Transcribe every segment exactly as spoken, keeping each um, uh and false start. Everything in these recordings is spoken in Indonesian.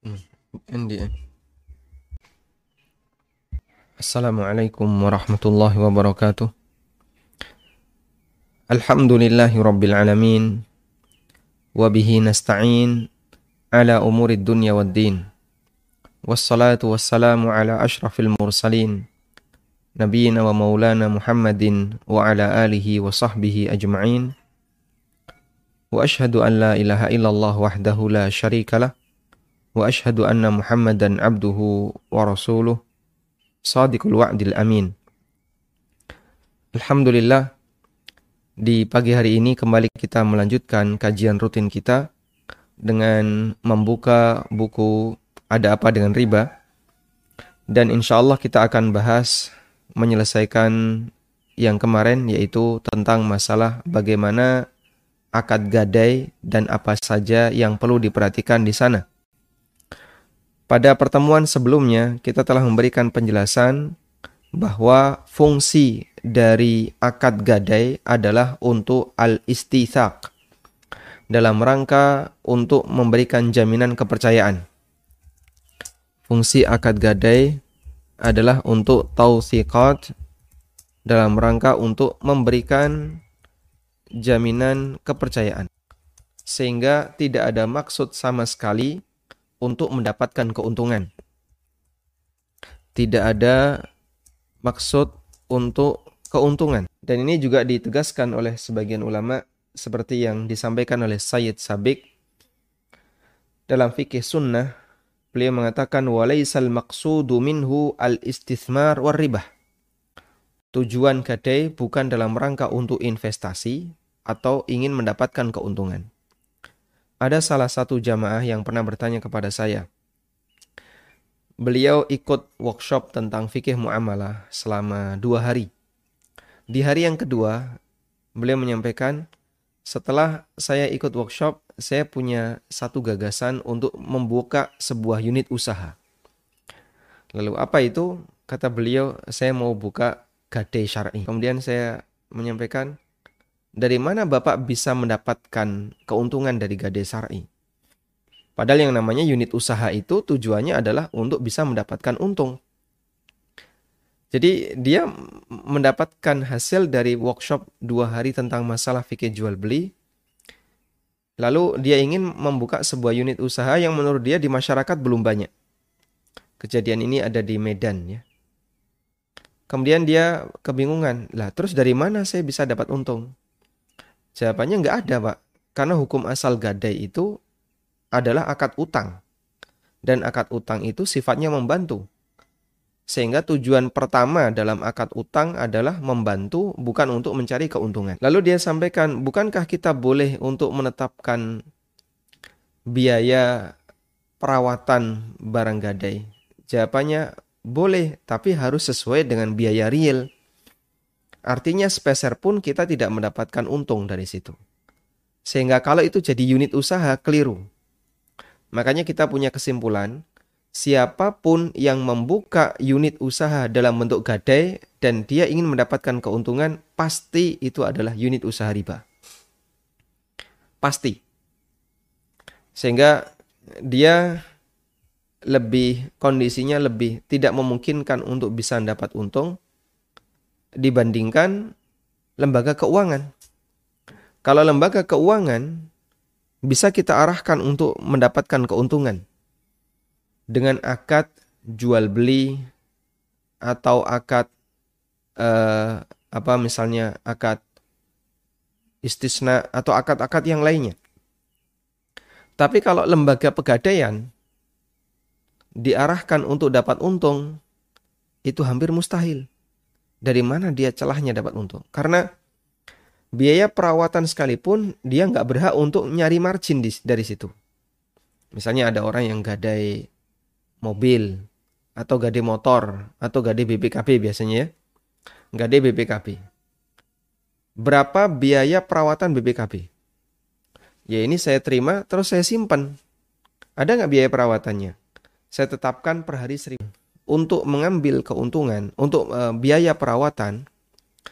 Hmm, Indi. Assalamualaikum warahmatullahi wabarakatuh. Alhamdulillahi rabbil alamin. Wabihi nasta'in ala umurid dunya waddin. Wassalatu wassalamu ala ashrafil mursalin. Nabiyina wa maulana Muhammadin wa ala alihi wa sahbihi ajma'in. Wa ashhadu an la ilaha illallah wahdahu la syarikalah. Wa ashhadu anna Muhammadan abduhu wa rasuluh. Sadiqul wa'dil amin. Alhamdulillah, di pagi hari ini kembali kita melanjutkan kajian rutin kita dengan membuka buku Ada Apa Dengan Riba. Dan insya Allah kita akan bahas menyelesaikan yang kemarin, yaitu tentang masalah bagaimana akad gadai dan apa saja yang perlu diperhatikan di sana. Pada pertemuan sebelumnya kita telah memberikan penjelasan bahwa fungsi dari akad gadai adalah untuk al-istithaq, dalam rangka untuk memberikan jaminan kepercayaan. Fungsi akad gadai adalah untuk tawthiqat, dalam rangka untuk memberikan jaminan kepercayaan, sehingga tidak ada maksud sama sekali untuk mendapatkan keuntungan. Tidak ada maksud untuk keuntungan. Dan ini juga ditegaskan oleh sebagian ulama seperti yang disampaikan oleh Sayyid Sabiq dalam fikih sunnah. Beliau mengatakan walaisal maqsudu minhu al-istithmar war ribah. Tujuan gadai bukan dalam rangka untuk investasi atau ingin mendapatkan keuntungan. Ada salah satu jamaah yang pernah bertanya kepada saya. Beliau ikut workshop tentang fikih muamalah selama dua hari. Di hari yang kedua, beliau menyampaikan, setelah saya ikut workshop, saya punya satu gagasan untuk membuka sebuah unit usaha. Lalu apa itu? Kata beliau, saya mau buka gadai syar'i. Kemudian saya menyampaikan, dari mana Bapak bisa mendapatkan keuntungan dari gadai syar'i? Padahal yang namanya unit usaha itu tujuannya adalah untuk bisa mendapatkan untung. Jadi dia mendapatkan hasil dari workshop dua hari tentang masalah fikih jual beli. Lalu dia ingin membuka sebuah unit usaha yang menurut dia di masyarakat belum banyak. Kejadian ini ada di Medan ya. Kemudian dia kebingungan. Lah terus dari mana saya bisa dapat untung? Jawabannya nggak ada, Pak. Karena hukum asal gadai itu adalah akad utang. Dan akad utang itu sifatnya membantu. Sehingga tujuan pertama dalam akad utang adalah membantu, bukan untuk mencari keuntungan. Lalu dia sampaikan, bukankah kita boleh untuk menetapkan biaya perawatan barang gadai? Jawabannya, boleh, tapi harus sesuai dengan biaya real. Artinya sepeser pun kita tidak mendapatkan untung dari situ. Sehingga kalau itu jadi unit usaha, keliru. Makanya kita punya kesimpulan, siapapun yang membuka unit usaha dalam bentuk gadai dan dia ingin mendapatkan keuntungan, pasti itu adalah unit usaha riba. Pasti. Sehingga dia lebih, kondisinya lebih tidak memungkinkan untuk bisa mendapat untung dibandingkan lembaga keuangan. Kalau lembaga keuangan bisa kita arahkan untuk mendapatkan keuntungan dengan akad jual beli atau akad eh, apa misalnya akad istisna atau akad-akad yang lainnya. Tapi kalau lembaga pegadaian diarahkan untuk dapat untung, itu hampir mustahil. Dari mana dia celahnya dapat untung? Karena biaya perawatan sekalipun dia nggak berhak untuk nyari margin di, dari situ. Misalnya ada orang yang gadai mobil atau gadai motor atau gadai B P K B biasanya ya. Gadai B P K B. Berapa biaya perawatan B P K B? Ya ini saya terima terus saya simpan. Ada nggak biaya perawatannya? Saya tetapkan per hari seribu. Untuk mengambil keuntungan, untuk e, biaya perawatan,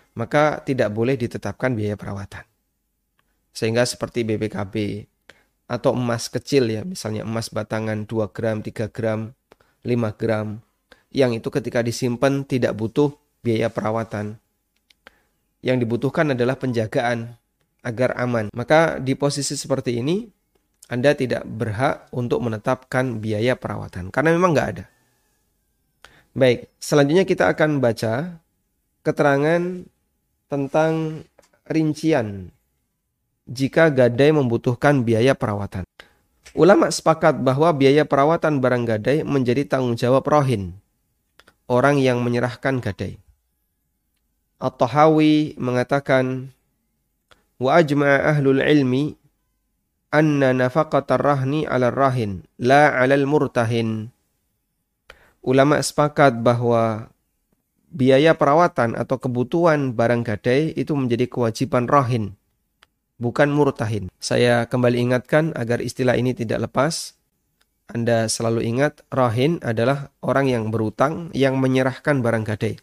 maka tidak boleh ditetapkan biaya perawatan. Sehingga seperti B P K B atau emas kecil ya, misalnya emas batangan dua gram, tiga gram, lima gram, yang itu ketika disimpan tidak butuh biaya perawatan. Yang dibutuhkan adalah penjagaan agar aman. Maka di posisi seperti ini, Anda tidak berhak untuk menetapkan biaya perawatan, karena memang nggak ada. Baik, selanjutnya kita akan baca keterangan tentang rincian jika gadai membutuhkan biaya perawatan. Ulama sepakat bahwa biaya perawatan barang gadai menjadi tanggung jawab rohin, orang yang menyerahkan gadai. At-Tahawi mengatakan, wa ajma'a ahlul ilmi anna nafaqatar rahni 'ala rahin la 'alal murtahin. Ulama sepakat bahwa biaya perawatan atau kebutuhan barang gadai itu menjadi kewajiban rahin, bukan murtahin. Saya kembali ingatkan agar istilah ini tidak lepas. Anda selalu ingat, rahin adalah orang yang berutang yang menyerahkan barang gadai.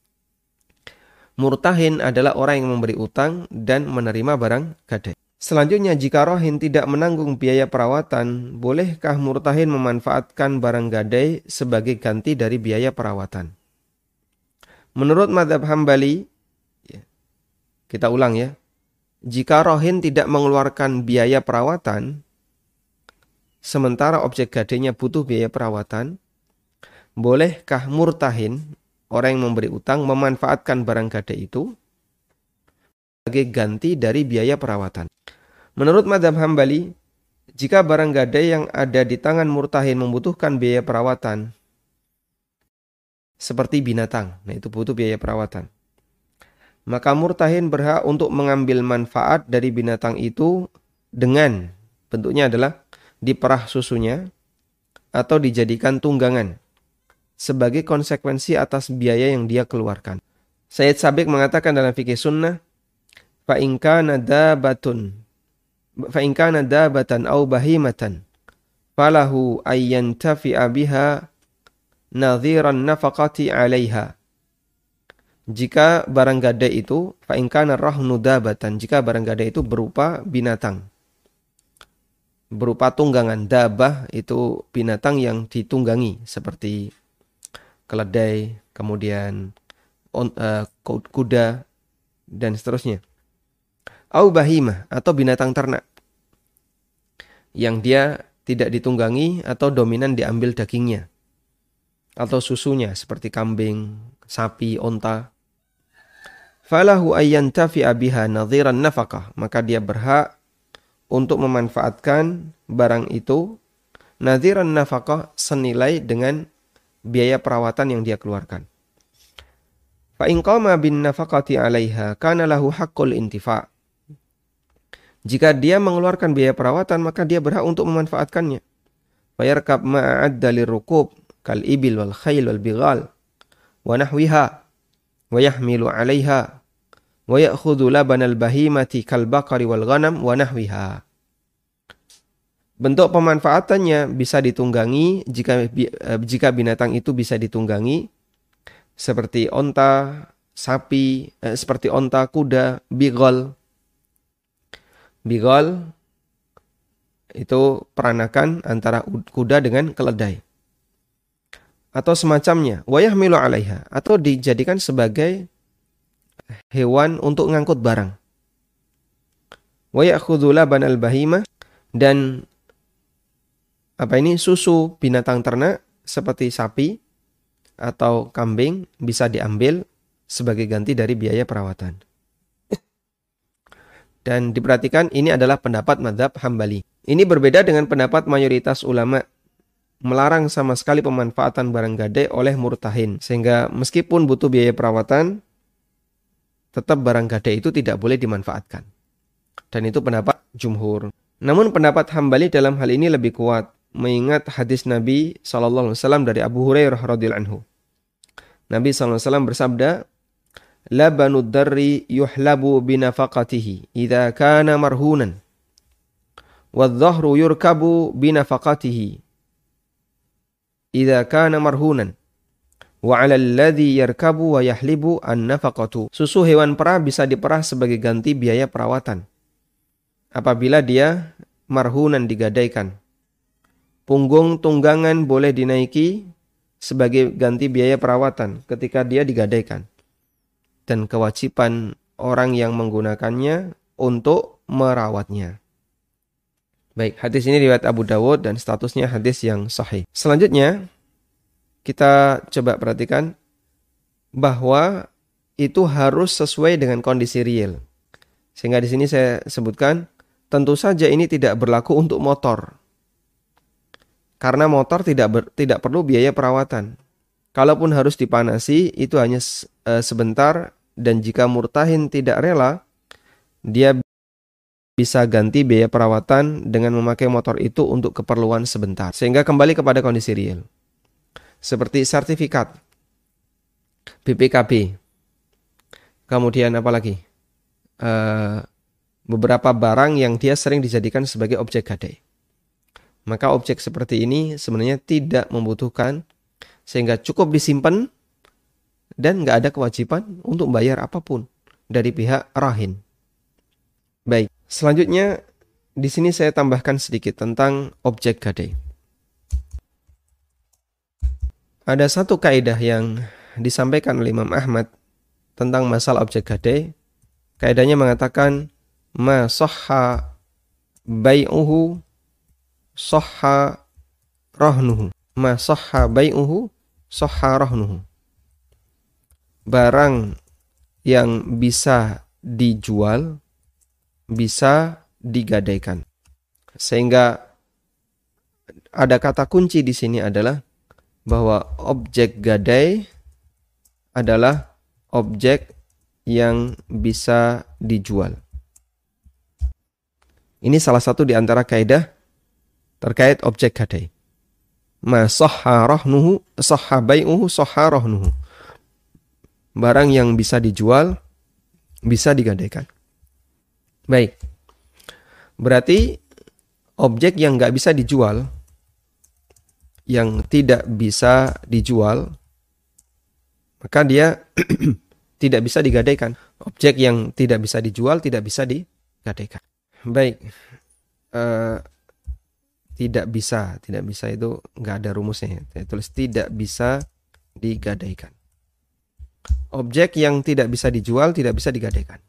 Murtahin adalah orang yang memberi utang dan menerima barang gadai. Selanjutnya, jika rahin tidak menanggung biaya perawatan, bolehkah murtahin memanfaatkan barang gadai sebagai ganti dari biaya perawatan? Menurut mazhab Hambali, kita ulang ya, jika rahin tidak mengeluarkan biaya perawatan, sementara objek gadainya butuh biaya perawatan, bolehkah murtahin, orang yang memberi utang, memanfaatkan barang gadai itu sebagai ganti dari biaya perawatan? Menurut mazhab Hambali, jika barang gadai yang ada di tangan murtahin membutuhkan biaya perawatan, seperti binatang, nah itu butuh biaya perawatan, maka murtahin berhak untuk mengambil manfaat dari binatang itu dengan, bentuknya adalah diperah susunya atau dijadikan tunggangan sebagai konsekuensi atas biaya yang dia keluarkan. Sayyid Sabiq mengatakan dalam fikih sunnah, fa in kana dabatun fa in kana dabatan aw bahimatan falahu ayyantafi'a biha nadhiran nafaqati 'alaiha. Jika barang gadai itu fa in kana rahnu dabatan, jika barang gadai itu berupa binatang, berupa tunggangan. Dabah itu binatang yang ditunggangi seperti keledai, kemudian on, uh, kuda dan seterusnya. Au bahimah, atau binatang ternak yang dia tidak ditunggangi atau dominan diambil dagingnya atau susunya seperti kambing, sapi, onta. Falahu ayyantafi'a biha nadhiran nafaqah, maka dia berhak untuk memanfaatkan barang itu nadhiran nafaqah, senilai dengan biaya perawatan yang dia keluarkan. Fa in qama bin nafaqati 'alaiha kana lahu haqqul intifa'. Jika dia mengeluarkan biaya perawatan, maka dia berhak untuk memanfaatkannya. Fa yarkab ma'adda lirukub kal ibil wal khayl wal bighal wa nahwiha wa yahmilu 'alaiha wa ya'khudhu labanal bahimati kal baqari wal ghanam wa nahwiha. Bentuk pemanfaatannya bisa ditunggangi jika jika binatang itu bisa ditunggangi seperti onta, sapi, eh, seperti onta, kuda, bighal. Bighal itu peranakan antara kuda dengan keledai atau semacamnya. Wa yahmilu 'alaiha, atau dijadikan sebagai hewan untuk ngangkut barang. Wa ya'khudhu labanal bahimah, dan apa ini susu binatang ternak seperti sapi atau kambing bisa diambil sebagai ganti dari biaya perawatan. Dan diperhatikan, ini adalah pendapat mazhab Hambali. Ini berbeda dengan pendapat mayoritas ulama melarang sama sekali pemanfaatan barang gadai oleh murtahin, sehingga meskipun butuh biaya perawatan, tetap barang gadai itu tidak boleh dimanfaatkan. Dan itu pendapat jumhur. Namun pendapat Hambali dalam hal ini lebih kuat, mengingat hadis Nabi shallallahu alaihi wasallam dari Abu Hurairah radhiyallahu anhu. Nabi shallallahu alaihi wasallam bersabda, labanud darri yuhlabu binafaqatihi idza kana marhunan wadh-dhahru yurkabu binafaqatihi idza kana marhunan wa 'ala alladhi yarkabu wa yahlibu an-nafaqatu. Susu hewan perah bisa diperah sebagai ganti biaya perawatan apabila dia marhunan digadaikan. Punggung tunggangan boleh dinaiki sebagai ganti biaya perawatan ketika dia digadaikan. Dan kewajiban orang yang menggunakannya untuk merawatnya. Baik, hadis ini riwayat Abu Dawud dan statusnya hadis yang sahih. Selanjutnya, kita coba perhatikan bahwa itu harus sesuai dengan kondisi real. Sehingga di sini saya sebutkan, tentu saja ini tidak berlaku untuk motor. Karena motor tidak ber, tidak perlu biaya perawatan. Kalaupun harus dipanasi, itu hanya e, sebentar, dan jika murtahin tidak rela, dia bisa ganti biaya perawatan dengan memakai motor itu untuk keperluan sebentar. Sehingga kembali kepada kondisi real. Seperti sertifikat B P K B. Kemudian apa lagi? Uh, beberapa barang yang dia sering dijadikan sebagai objek gadai. Maka objek seperti ini sebenarnya tidak membutuhkan, sehingga cukup disimpan dan nggak ada kewajiban untuk bayar apapun dari pihak rahin. Baik, selanjutnya di sini saya tambahkan sedikit tentang objek gadai. Ada satu kaidah yang disampaikan oleh Imam Ahmad tentang masalah objek gadai. Kaidahnya mengatakan ma sahha bai'uhu sahha rahnuhu. Ma sahha bai'uhu sahha rahnuhu. Barang yang bisa dijual bisa digadaikan. Sehingga ada kata kunci di sini adalah bahwa objek gadai adalah objek yang bisa dijual. Ini salah satu di antara kaidah terkait objek gadai. Ma sahha rahnuhu sahha bai'uhu sahha rahnuhu. Barang yang bisa dijual bisa digadaikan. Baik. Berarti objek yang nggak bisa dijual, yang tidak bisa dijual, maka dia tidak bisa digadaikan. Objek yang tidak bisa dijual tidak bisa digadaikan. Baik, uh, tidak bisa, tidak bisa itu nggak ada rumusnya. Saya tulis tidak bisa digadaikan. Objek yang tidak bisa dijual tidak bisa digadaikan.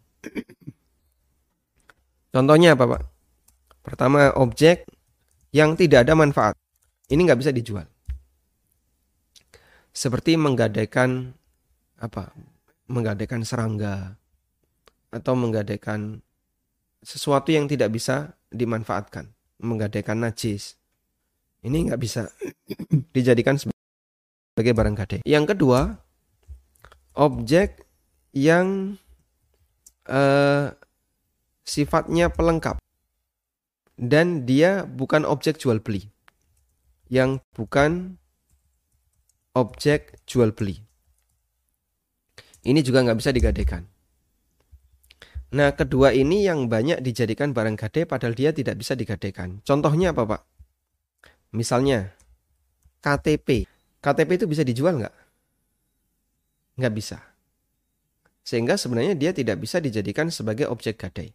Contohnya apa, Pak? Pertama, objek yang tidak ada manfaat. Ini nggak bisa dijual. Seperti menggadaikan apa? Menggadaikan serangga atau menggadaikan sesuatu yang tidak bisa dimanfaatkan, menggadaikan najis. Ini nggak bisa dijadikan sebagai barang gadai. Yang kedua, objek yang eh, sifatnya pelengkap dan dia bukan objek jual beli, yang bukan objek jual beli. Ini juga nggak bisa digadaikan. Nah, kedua ini yang banyak dijadikan barang gadai padahal dia tidak bisa digadaikan. Contohnya apa, Pak? Misalnya K T P. K T P itu bisa dijual nggak? Nggak bisa. Sehingga sebenarnya dia tidak bisa dijadikan sebagai objek gadai.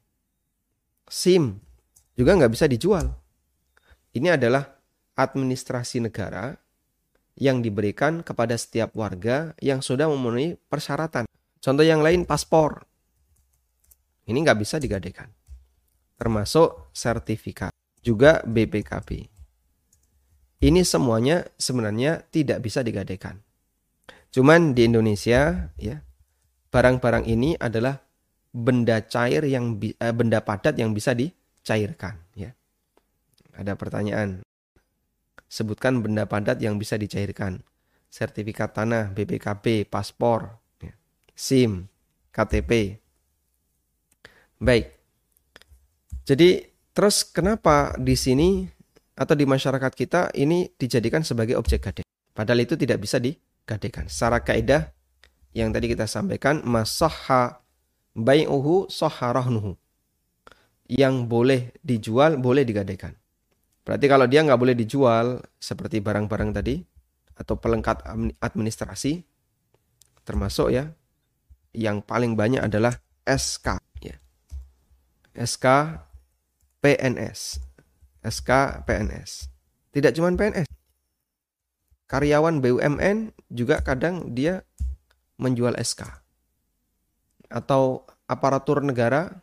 SIM juga nggak bisa dijual. Ini adalah administrasi negara yang diberikan kepada setiap warga yang sudah memenuhi persyaratan. Contoh yang lain, paspor. Ini nggak bisa digadaikan. Termasuk sertifikat. Juga B P K B. Ini semuanya sebenarnya tidak bisa digadaikan. Cuman di Indonesia, ya, barang-barang ini adalah benda cair yang eh, benda padat yang bisa dicairkan. Ya. Ada pertanyaan. Sebutkan benda padat yang bisa dicairkan. Sertifikat tanah, B P K B, paspor, SIM, K T P. Baik. Jadi terus kenapa di sini atau di masyarakat kita ini dijadikan sebagai objek gadai? Padahal itu tidak bisa digadaikan. Secara kaidah yang tadi kita sampaikan, masahha bai'uhu sahha rahnuhu. Yang boleh dijual boleh digadaikan. Berarti kalau dia nggak boleh dijual seperti barang-barang tadi atau pelengkap administrasi, termasuk ya yang paling banyak adalah S K, ya. S K P N S, S K P N S. Tidak cuma P N S. Karyawan B U M N juga kadang dia menjual S K. Atau aparatur negara,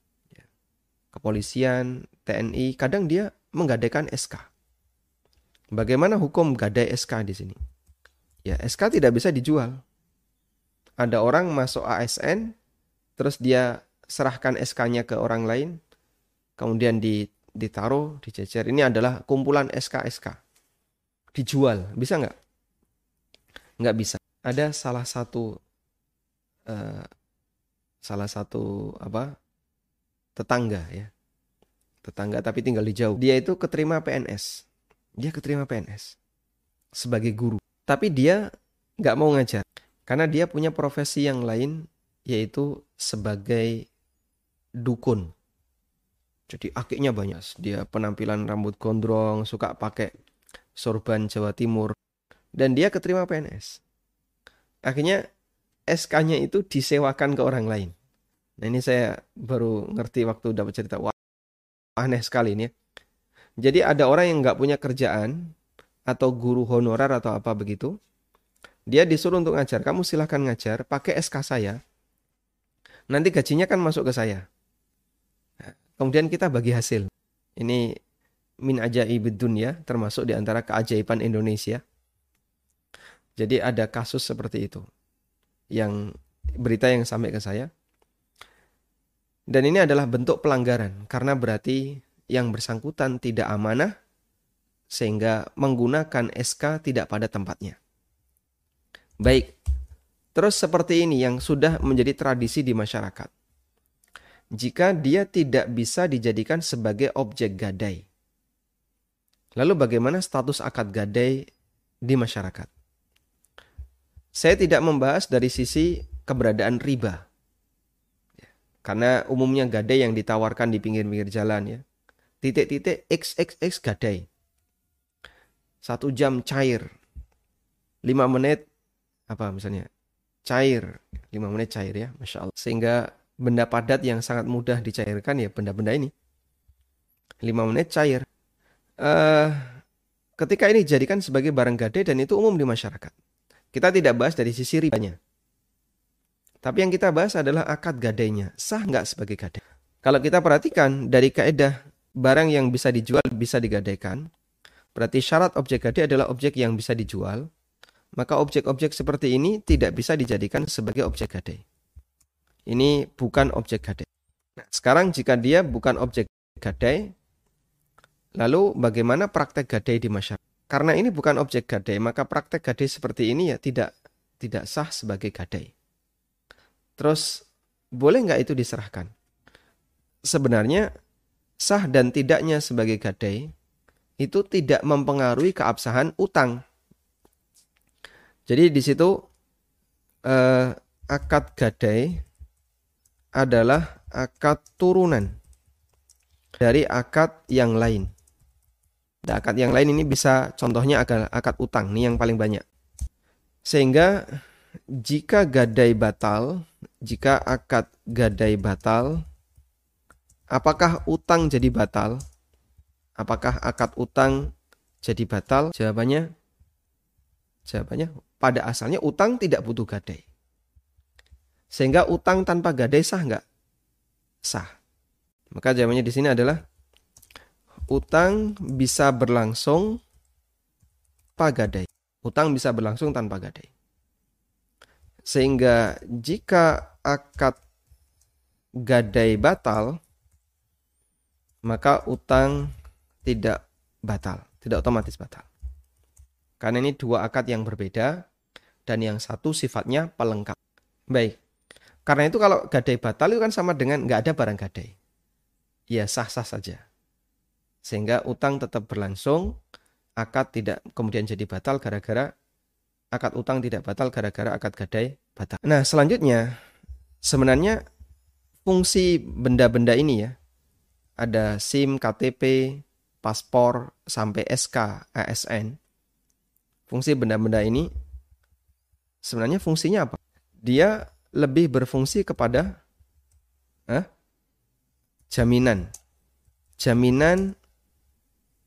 kepolisian, T N I, kadang dia menggadaikan S K. Bagaimana hukum gadai S K di sini? Ya, S K tidak bisa dijual. Ada orang masuk A S N, terus dia serahkan S K-nya ke orang lain, kemudian ditaruh, dicecer. Ini adalah kumpulan S K S K. Dijual, bisa nggak? Nggak bisa. Ada salah satu uh, salah satu apa tetangga ya, tetangga tapi tinggal di jauh. Dia itu keterima P N S. Dia keterima P N S sebagai guru. Tapi dia nggak mau ngajar karena dia punya profesi yang lain, yaitu sebagai dukun. Jadi akiknya banyak. Dia penampilan rambut gondrong, suka pakai sorban Jawa Timur. Dan dia keterima P N S. Akhirnya S K-nya itu disewakan ke orang lain. Nah ini saya baru ngerti waktu dapat cerita. Wah, aneh sekali ini ya. Jadi ada orang yang nggak punya kerjaan, atau guru honorer atau apa begitu. Dia disuruh untuk ngajar. Kamu silahkan ngajar, pakai S K saya. Nanti gajinya kan masuk ke saya. Kemudian kita bagi hasil. Ini min ajaibid dunya, termasuk di antara keajaiban Indonesia. Jadi ada kasus seperti itu. Yang berita yang sampai ke saya. Dan ini adalah bentuk pelanggaran. Karena berarti yang bersangkutan tidak amanah, sehingga menggunakan S K tidak pada tempatnya. Baik. Terus seperti ini yang sudah menjadi tradisi di masyarakat. Jika dia tidak bisa dijadikan sebagai objek gadai. Lalu bagaimana status akad gadai di masyarakat? Saya tidak membahas dari sisi keberadaan riba. Karena umumnya gadai yang ditawarkan di pinggir-pinggir jalan ya. Titik-titik X X X gadai. Satu jam cair. Lima menit apa misalnya? Cair. Lima menit cair ya, Masya Allah. Sehingga benda padat yang sangat mudah dicairkan ya benda-benda ini. lima menit cair. Uh, ketika ini dijadikan sebagai barang gadai dan itu umum di masyarakat. Kita tidak bahas dari sisi ribanya. Tapi yang kita bahas adalah akad gadainya. Sah nggak sebagai gadai? Kalau kita perhatikan dari kaidah barang yang bisa dijual bisa digadaikan. Berarti syarat objek gadai adalah objek yang bisa dijual. Maka objek-objek seperti ini tidak bisa dijadikan sebagai objek gadai. Ini bukan objek gadai. Nah, sekarang jika dia bukan objek gadai, lalu bagaimana praktek gadai di masyarakat? Karena ini bukan objek gadai, maka praktek gadai seperti ini ya tidak tidak sah sebagai gadai. Terus boleh nggak itu diserahkan? Sebenarnya sah dan tidaknya sebagai gadai itu tidak mempengaruhi keabsahan utang. Jadi di situ eh, akad gadai adalah akad turunan dari akad yang lain. Dan akad yang lain ini bisa contohnya akad, akad utang, ini yang paling banyak. Sehingga jika gadai batal, jika akad gadai batal, apakah utang jadi batal? Apakah akad utang jadi batal? Jawabannya, jawabannya pada asalnya utang tidak butuh gadai. Sehingga utang tanpa gadai sah nggak? Sah. Maka jawabannya di sini adalah utang bisa berlangsung tanpa gadai. Utang bisa berlangsung tanpa gadai. Sehingga jika akad gadai batal, maka utang tidak batal, tidak otomatis batal. Karena ini dua akad yang berbeda dan yang satu sifatnya pelengkap. Baik. Karena itu kalau gadai batal itu kan sama dengan nggak ada barang gadai. Ya sah-sah saja. Sehingga utang tetap berlangsung, akad tidak kemudian jadi batal gara-gara akad utang tidak batal gara-gara akad gadai batal. Nah selanjutnya sebenarnya fungsi benda-benda ini ya, ada SIM, K T P, paspor, sampai S K, A S N. Fungsi benda-benda ini sebenarnya fungsinya apa? Dia lebih berfungsi kepada eh, jaminan. Jaminan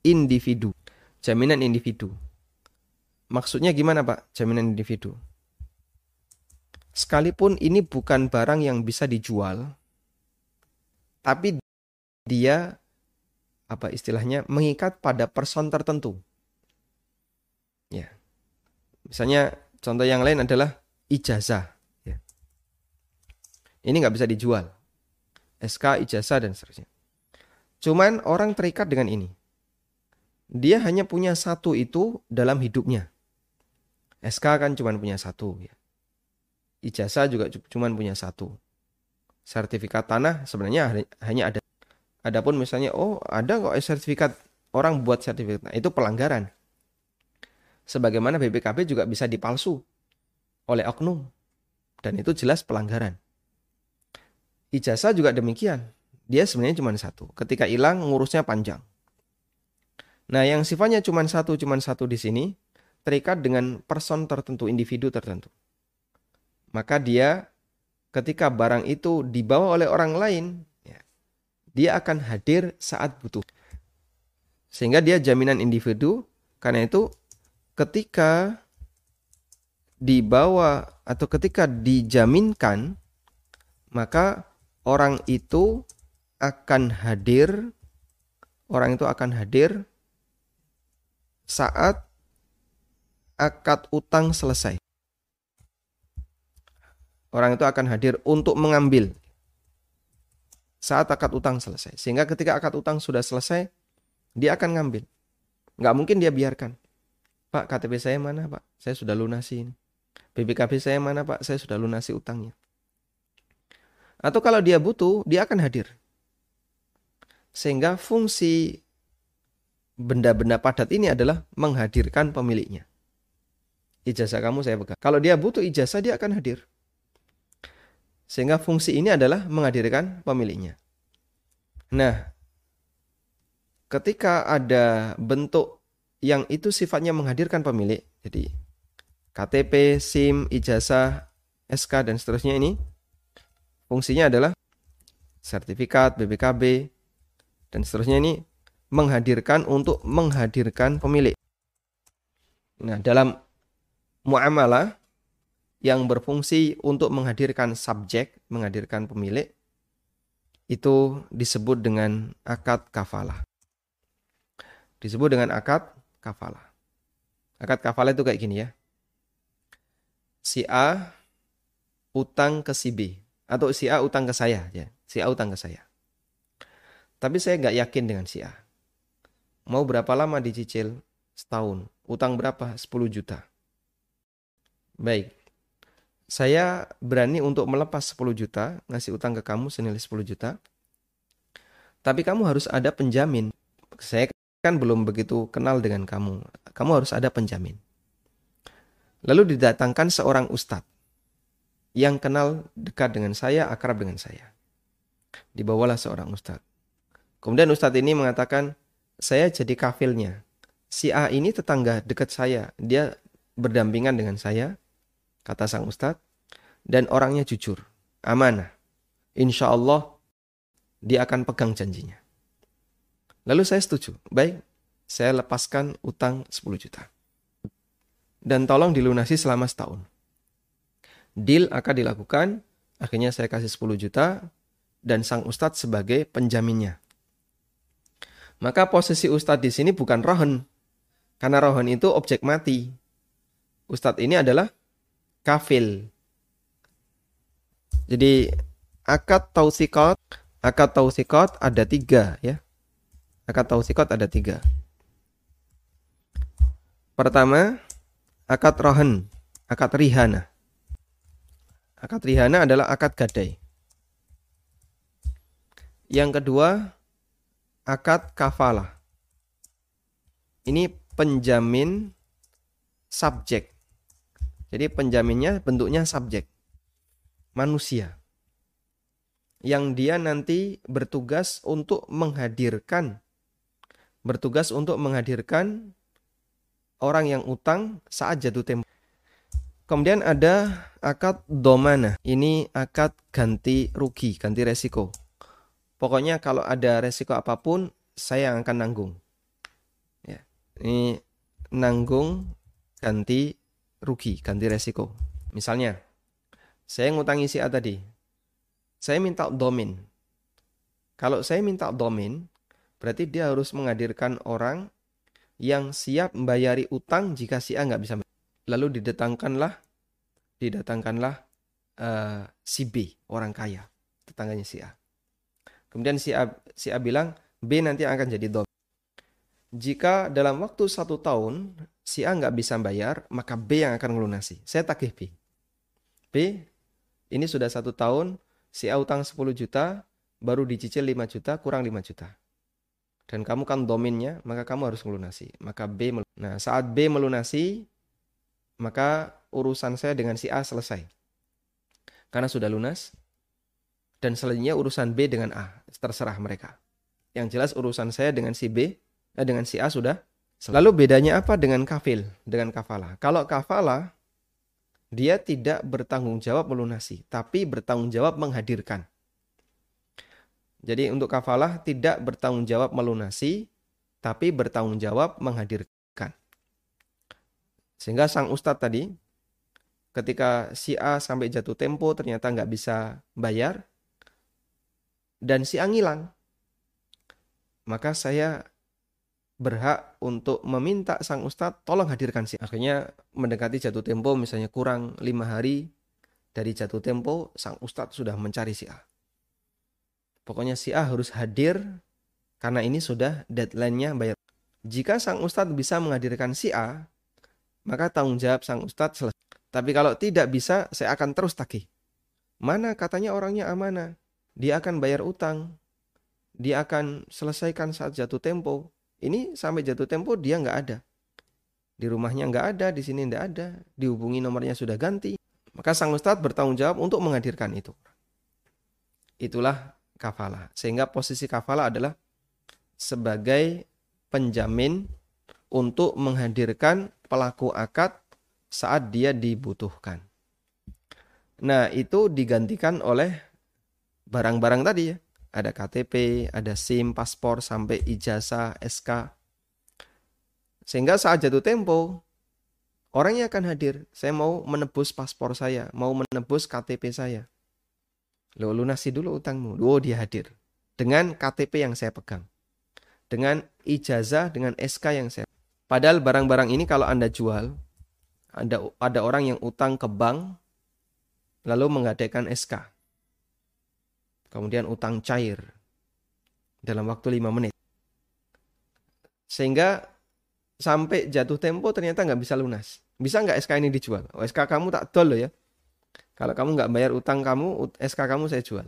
individu. Jaminan individu. Maksudnya gimana Pak? Jaminan individu. Sekalipun ini bukan barang yang bisa dijual, tapi dia apa istilahnya mengikat pada person tertentu. Ya. Misalnya contoh yang lain adalah ijazah. Ya. Ini nggak bisa dijual. S K, ijazah dan seterusnya. Cuman orang terikat dengan ini. Dia hanya punya satu itu dalam hidupnya. S K kan cuma punya satu. Ya. Ijazah juga cuma punya satu. Sertifikat tanah sebenarnya hanya ada. Adapun misalnya, oh ada kok sertifikat, orang buat sertifikat. Nah, itu pelanggaran. Sebagaimana B P K B juga bisa dipalsu oleh oknum. Dan itu jelas pelanggaran. Ijazah juga demikian. Dia sebenarnya cuma satu. Ketika hilang, ngurusnya panjang. Nah, yang sifatnya cuma satu, cuma satu di sini, terikat dengan person tertentu, individu tertentu. Maka dia, ketika barang itu dibawa oleh orang lain, dia akan hadir saat butuh. Sehingga dia jaminan individu. Karena itu ketika dibawa atau ketika dijaminkan, maka orang itu akan hadir. Orang itu akan hadir saat akad utang selesai. Orang itu akan hadir untuk mengambil saat akad utang selesai. Sehingga ketika akad utang sudah selesai, dia akan ngambil. Nggak mungkin dia biarkan. Pak, K T P saya mana Pak? Saya sudah lunasi ini. B P K B saya mana Pak? Saya sudah lunasi utangnya. Atau kalau dia butuh, dia akan hadir. Sehingga fungsi benda-benda padat ini adalah menghadirkan pemiliknya. Ijazah kamu saya pegang. Kalau dia butuh ijazah, dia akan hadir. Sehingga fungsi ini adalah menghadirkan pemiliknya. Nah, ketika ada bentuk yang itu sifatnya menghadirkan pemilik, jadi K T P, SIM, ijazah, S K, dan seterusnya ini, fungsinya adalah sertifikat, B P K B, dan seterusnya ini menghadirkan untuk menghadirkan pemilik. Nah, dalam muamalah yang berfungsi untuk menghadirkan subjek, menghadirkan pemilik, itu disebut dengan akad kafalah. Disebut dengan akad kafalah. Akad kafalah itu kayak gini ya. Si A utang ke si B. Atau si A utang ke saya. Ya. Si A utang ke saya. Tapi saya nggak yakin dengan si A. Mau berapa lama dicicil? Setahun. Utang berapa? sepuluh juta. Baik. Saya berani untuk melepas sepuluh juta, ngasih utang ke kamu senilai sepuluh juta. Tapi kamu harus ada penjamin. Saya kan belum begitu kenal dengan kamu. Kamu harus ada penjamin. Lalu didatangkan seorang ustadz yang kenal dekat dengan saya, akrab dengan saya. Dibawalah seorang ustadz. Kemudian ustadz ini mengatakan, saya jadi kafilnya. Si A ini tetangga dekat saya. Dia berdampingan dengan saya. Kata sang ustadz, dan orangnya jujur, amanah. Insya Allah dia akan pegang janjinya. Lalu saya setuju, baik, saya lepaskan utang sepuluh juta. Dan tolong dilunasi selama setahun. Deal akan dilakukan, akhirnya saya kasih sepuluh juta, dan sang ustadz sebagai penjaminnya. Maka posisi ustadz di sini bukan rohan, karena rohan itu objek mati. Ustadz ini adalah kafil. Jadi akad tausiqat, akad tausiqat ada tiga ya. Akad tausiqat ada tiga. Pertama, akad rohan, akad rihana. Akad rihana adalah akad gadai. Yang kedua, akad kafalah. Ini penjamin subjek. Jadi penjaminnya bentuknya subjek, manusia, yang dia nanti bertugas untuk menghadirkan, bertugas untuk menghadirkan orang yang utang saat jatuh tempo. Kemudian ada akad domana, ini akad ganti rugi, ganti resiko. Pokoknya kalau ada resiko apapun, saya yang akan nanggung. Ini nanggung ganti rugi, ganti resiko. Misalnya, saya ngutangi si A tadi. Saya minta domin. Kalau saya minta domin, berarti dia harus menghadirkan orang yang siap membayari utang jika si A nggak bisa. Lalu didatangkanlah, didatangkanlah uh, si B, orang kaya, tetangganya si A. Kemudian si A, si A bilang, B nanti akan jadi domin. Jika dalam waktu satu tahun si A nggak bisa bayar, maka B yang akan melunasi. Saya tagih B. B, ini sudah satu tahun, si A utang sepuluh juta, baru dicicil lima juta, kurang lima juta. Dan kamu kan dominnya, maka kamu harus melunasi. Maka B melunasi. Nah, saat B melunasi, maka urusan saya dengan si A selesai. Karena sudah lunas. Dan selanjutnya urusan B dengan A. Terserah mereka. Yang jelas urusan saya dengan si B, eh, dengan si A sudah selesai. Lalu bedanya apa dengan kafil, dengan kafalah? Kalau kafalah, dia tidak bertanggung jawab melunasi, tapi bertanggung jawab menghadirkan. Jadi untuk kafalah tidak bertanggung jawab melunasi, tapi bertanggung jawab menghadirkan. Sehingga sang ustadz tadi, ketika si A sampai jatuh tempo ternyata nggak bisa bayar, dan si A ngilang, maka saya berhak untuk meminta sang ustadz tolong hadirkan si A. Akhirnya mendekati jatuh tempo, misalnya kurang lima hari dari jatuh tempo, sang ustadz sudah mencari si A. Pokoknya si A harus hadir karena ini sudah deadline-nya bayar. Jika sang ustadz bisa menghadirkan si A, maka tanggung jawab sang ustadz selesai. Tapi kalau tidak bisa, saya akan terus tagih. Mana katanya orangnya amanah, dia akan bayar utang, dia akan selesaikan saat jatuh tempo. Ini sampai jatuh tempo dia nggak ada. Di rumahnya nggak ada, di sini nggak ada. Dihubungi nomornya sudah ganti. Maka sang ustadz bertanggung jawab untuk menghadirkan itu. Itulah kafalah. Sehingga posisi kafalah adalah sebagai penjamin untuk menghadirkan pelaku akad saat dia dibutuhkan. Nah, itu digantikan oleh barang-barang tadi ya. Ada K T P, ada SIM, paspor, sampai ijazah, S K. Sehingga saat jatuh tempo, orangnya akan hadir. Saya mau menebus paspor saya, mau menebus K T P saya. Lo lunasi dulu utangmu. Oh, dia hadir. Dengan K T P yang saya pegang. Dengan ijazah, dengan S K yang saya. Padahal barang-barang ini kalau Anda jual, ada, ada orang yang utang ke bank, lalu menggadaikan S K. Kemudian utang cair dalam waktu lima menit. Sehingga sampai jatuh tempo ternyata nggak bisa lunas. Bisa nggak S K ini dijual? Oh, S K kamu tak dol loh ya. Kalau kamu nggak bayar utang kamu, S K kamu saya jual.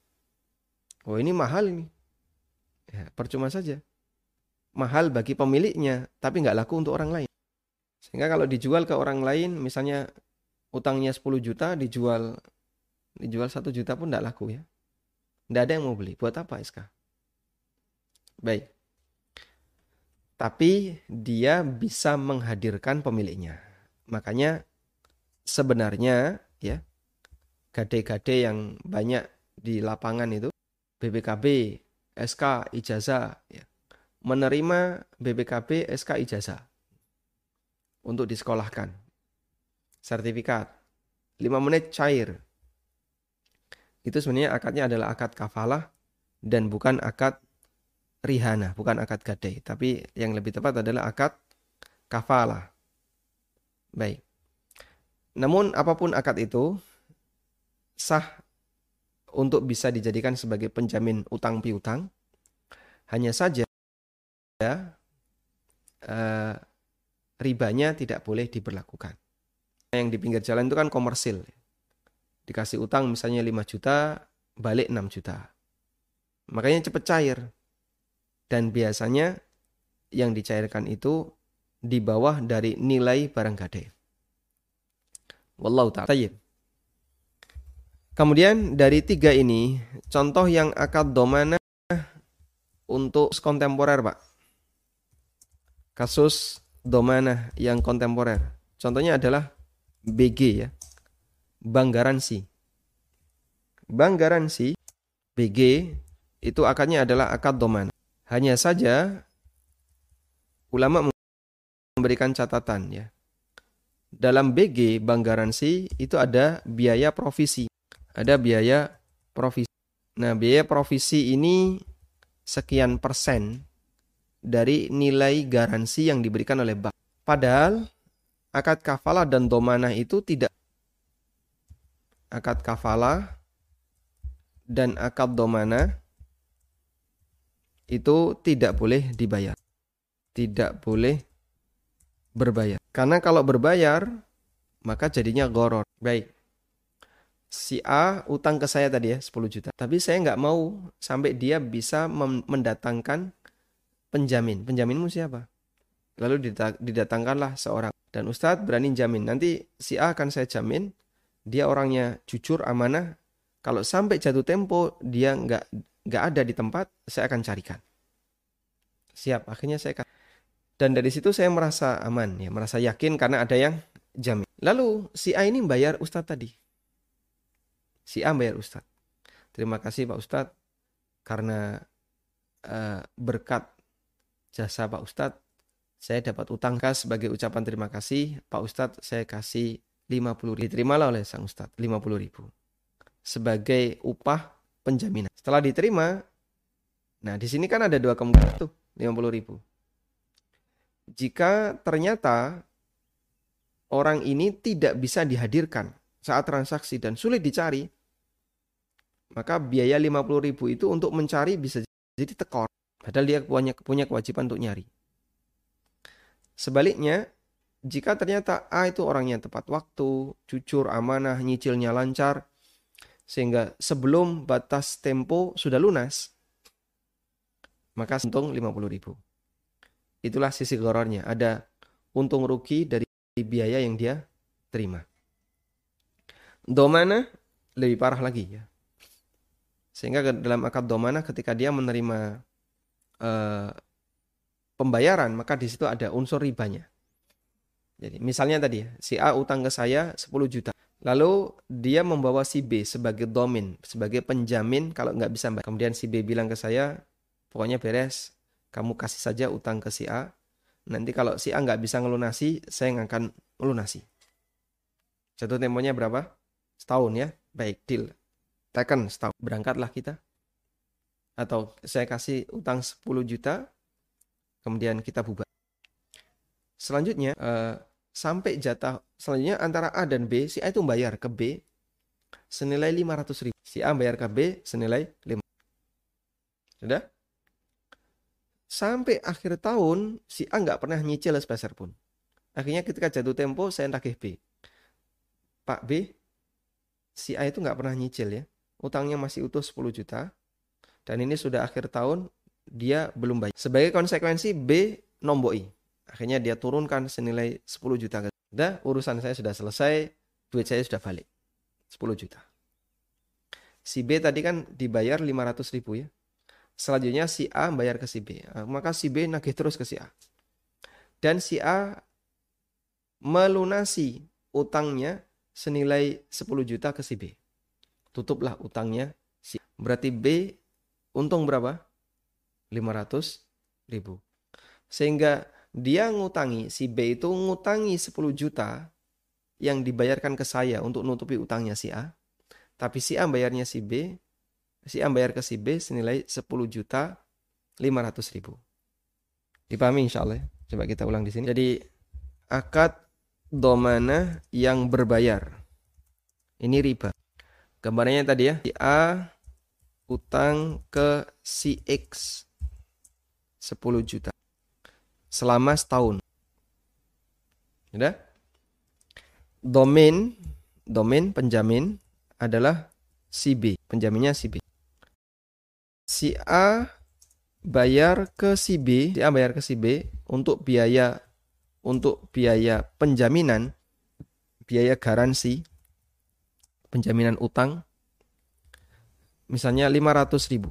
Oh, ini mahal ini. Ya, percuma saja. Mahal bagi pemiliknya, tapi nggak laku untuk orang lain. Sehingga kalau dijual ke orang lain, misalnya utangnya sepuluh juta, dijual dijual satu juta pun nggak laku ya. Nggak ada yang mau beli. Buat apa S K? Baik. Tapi dia bisa menghadirkan pemiliknya. Makanya sebenarnya ya, gade-gade yang banyak di lapangan itu, B P K B, S K, ijazah, ya, menerima B P K B, S K, ijazah untuk disekolahkan. Sertifikat. lima menit cair. Itu sebenarnya akadnya adalah akad kafalah dan bukan akad rihana, bukan akad gadai. Tapi yang lebih tepat adalah akad kafalah. Baik. Namun apapun akad itu sah untuk bisa dijadikan sebagai penjamin utang piutang. Hanya saja ya, uh, ribanya tidak boleh diberlakukan. Yang di pinggir jalan itu kan komersil. Dikasih utang misalnya lima juta, balik enam juta. Makanya cepat cair. Dan biasanya yang dicairkan itu di bawah dari nilai barang gadai. Wallahu ta'ala. Kemudian dari tiga ini, contoh yang akad domanah untuk kontemporer, Pak. Kasus domanah yang kontemporer. Contohnya adalah B G ya. Bank garansi. Bank garansi B G itu akadnya adalah akad domanah. Hanya saja ulama memberikan catatan ya. Dalam B G, bank garansi, itu ada biaya provisi. Ada biaya provisi. Nah, biaya provisi ini sekian persen dari nilai garansi yang diberikan oleh bank. Padahal akad kafalah dan domanah itu tidak. Akad kafalah dan akad domanah itu tidak boleh dibayar. Tidak boleh berbayar. Karena kalau berbayar, maka jadinya goror. Baik. Si A utang ke saya tadi ya, sepuluh juta. Tapi saya nggak mau sampai dia bisa mendatangkan penjamin. Penjaminmu siapa? Lalu didatangkanlah seorang. Dan Ustadz berani jamin. Nanti si A akan saya jamin. Dia orangnya jujur, amanah. Kalau sampai jatuh tempo, dia nggak nggak ada di tempat, saya akan carikan. Siap, akhirnya saya akan. Dan dari situ saya merasa aman, ya, merasa yakin karena ada yang jamin. Lalu si A ini bayar Ustadz tadi. Si A bayar Ustadz. Terima kasih Pak Ustadz karena uh, berkat jasa Pak Ustadz saya dapat utang kas. Sebagai ucapan terima kasih Pak Ustadz saya kasih lima puluh ribu. Diterimalah oleh sang Ustadz lima puluh ribu sebagai upah penjaminan. Setelah diterima, nah di sini kan ada dua kemungkinan tuh lima puluh ribu. Jika ternyata orang ini tidak bisa dihadirkan saat transaksi dan sulit dicari, maka biaya lima puluh ribu itu untuk mencari bisa jadi tekor. Padahal dia punya, punya kewajiban untuk nyari. Sebaliknya, jika ternyata A itu orangnya tepat waktu, jujur, amanah, nyicilnya lancar, sehingga sebelum batas tempo sudah lunas, maka untung lima puluh ribu. Itulah sisi gorornya. Ada untung rugi dari biaya yang dia terima. Domana lebih parah lagi ya. Sehingga dalam akad domana ketika dia menerima uh, pembayaran, maka di situ ada unsur ribanya. Jadi misalnya tadi ya, si A utang ke saya sepuluh juta. Lalu dia membawa si B sebagai domin, sebagai penjamin kalau nggak bisa bayar. Kemudian si B bilang ke saya, pokoknya beres, kamu kasih saja utang ke si A. Nanti kalau si A nggak bisa ngelunasi, saya yang akan melunasi. Jatuh temponya berapa? Setahun ya. Baik, deal. Taken setahun. Berangkatlah kita. Atau saya kasih utang sepuluh juta, kemudian kita bubar. Selanjutnya, eh, sampai jatah selanjutnya antara A dan B, si A itu bayar ke B senilai lima ratus ribu. Si A bayar ke B senilai lima ratus ribu. Sudah? Sampai akhir tahun, si A nggak pernah nyicil sepeser pun. Akhirnya ketika jatuh tempo, saya nagih B. Pak B, si A itu nggak pernah nyicil ya. Utangnya masih utuh sepuluh juta. Dan ini sudah akhir tahun, dia belum bayar. Sebagai konsekuensi, B nomboi. Akhirnya dia turunkan senilai sepuluh juta. Sudah, urusan saya sudah selesai, duit saya sudah balik. sepuluh juta. Si B tadi kan dibayar lima ratus ribu ya. Selanjutnya si A bayar ke si B. Maka si B nagih terus ke si A. Dan si A melunasi utangnya senilai sepuluh juta ke si B. Tutuplah utangnya si A. Berarti B untung berapa? lima ratus ribu. Sehingga dia ngutangi, si B itu ngutangi sepuluh juta yang dibayarkan ke saya untuk nutupi utangnya si A. Tapi si A bayarnya si B. Si A bayar ke si B senilai sepuluh juta lima ratus ribu. Dipahami insya Allah ya? Coba kita ulang di sini. Jadi akad domanah yang berbayar. Ini riba. Gambarnya tadi ya. Si A utang ke si X sepuluh juta. Selama setahun. Sudah? Domain, domain penjamin adalah si B. Penjaminnya si B. Si A bayar ke si B, si A bayar ke si B untuk biaya untuk biaya penjaminan, biaya garansi, penjaminan utang, misalnya lima ratus ribu.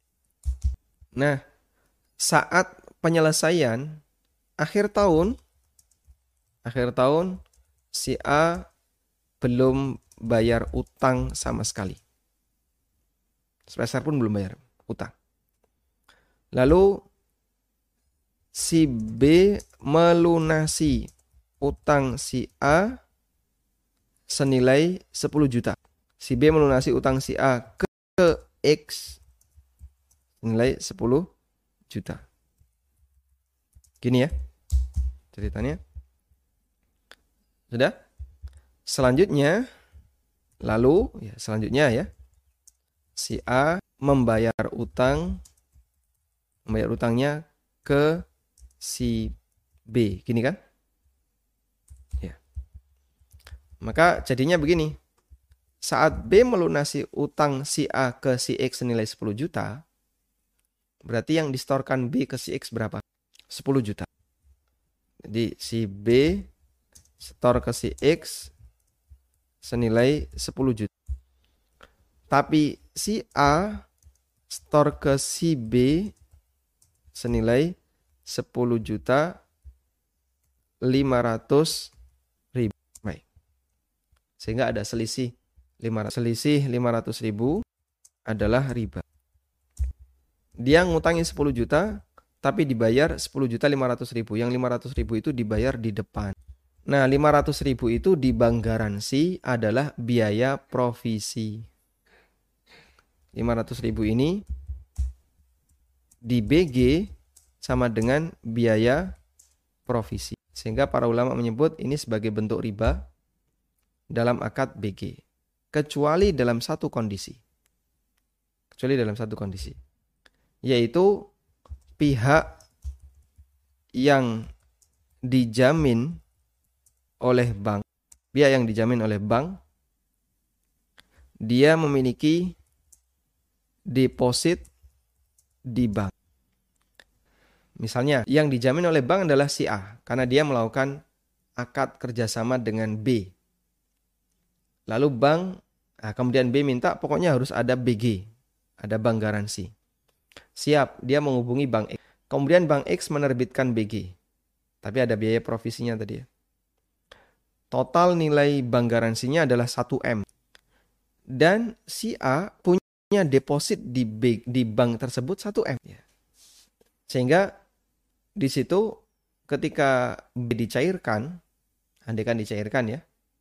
Nah, saat penyelesaian akhir tahun, akhir tahun si A belum bayar utang sama sekali. Sepeser pun belum bayar utang. Lalu si B melunasi utang si A senilai sepuluh juta. Si B melunasi utang si A ke, ke X senilai sepuluh juta. Gini ya ceritanya. Sudah? Selanjutnya, lalu ya selanjutnya ya, si A membayar utang, membayar utangnya ke si B, gini kan? Ya. Maka jadinya begini, saat B melunasi utang si A ke si X senilai sepuluh juta, berarti yang disetorkan B ke si X berapa? sepuluh juta. Jadi si B setor ke si X senilai sepuluh juta. Tapi si A setor ke si B senilai sepuluh juta lima ratus ribu. Baik. Sehingga ada selisih lima ratus. Selisih lima ratus ribu adalah riba. Dia ngutangi sepuluh juta tapi dibayar sepuluh juta lima ratus ribu. Yang lima ratus ribu itu dibayar di depan. Nah, lima ratus ribu itu di bank garansi adalah biaya provisi. lima ratus ribu ini di B G sama dengan biaya provisi. Sehingga para ulama menyebut ini sebagai bentuk riba dalam akad B G. Kecuali dalam satu kondisi. Kecuali dalam satu kondisi. Yaitu pihak yang dijamin oleh bank, pihak yang dijamin oleh bank, dia memiliki deposit di bank. Misalnya, yang dijamin oleh bank adalah si A, karena dia melakukan akad kerjasama dengan B. Lalu bank, nah kemudian B minta pokoknya harus ada B G, ada bank garansi. Siap, dia menghubungi bank X. Kemudian bank X menerbitkan B G, tapi ada biaya provisinya tadi ya. Total nilai bank garansinya adalah satu M. Dan si A punya deposit di, B, di bank tersebut satu M. Sehingga di situ ketika B dicairkan, andai kan dicairkan ya,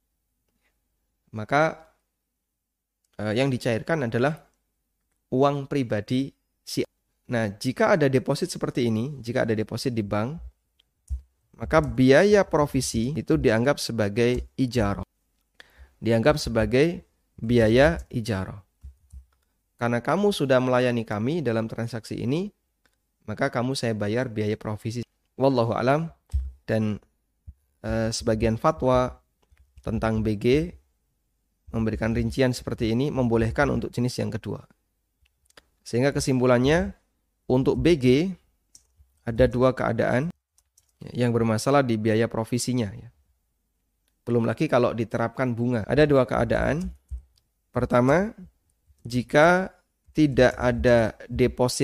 maka eh, yang dicairkan adalah uang pribadi si A. Nah, jika ada deposit seperti ini, jika ada deposit di bank, maka biaya provisi itu dianggap sebagai ijarah. Dianggap sebagai biaya ijarah. Karena kamu sudah melayani kami dalam transaksi ini, maka kamu saya bayar biaya provisi. Wallahu alam. Dan eh, sebagian fatwa tentang B G memberikan rincian seperti ini, membolehkan untuk jenis yang kedua. Sehingga kesimpulannya, untuk B G ada dua keadaan yang bermasalah di biaya provisinya. Belum lagi kalau diterapkan bunga. Ada dua keadaan. Pertama, jika tidak ada deposit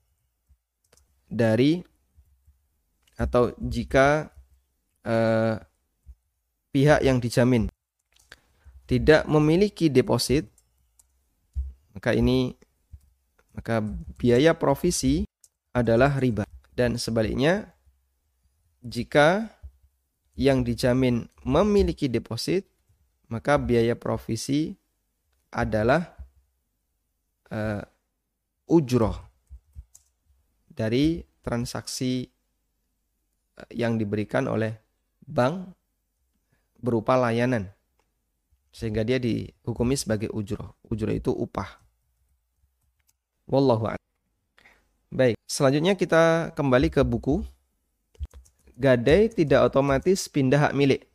dari atau jika eh, pihak yang dijamin tidak memiliki deposit, maka ini maka biaya provisi adalah riba. Dan sebaliknya, jika yang dijamin memiliki deposit, maka biaya provisi adalah uh, ujroh dari transaksi yang diberikan oleh bank berupa layanan. Sehingga dia dihukumi sebagai ujroh. Ujroh itu upah. Wallahu a'lam. Baik, selanjutnya kita kembali ke buku. Gadai tidak otomatis pindah hak milik.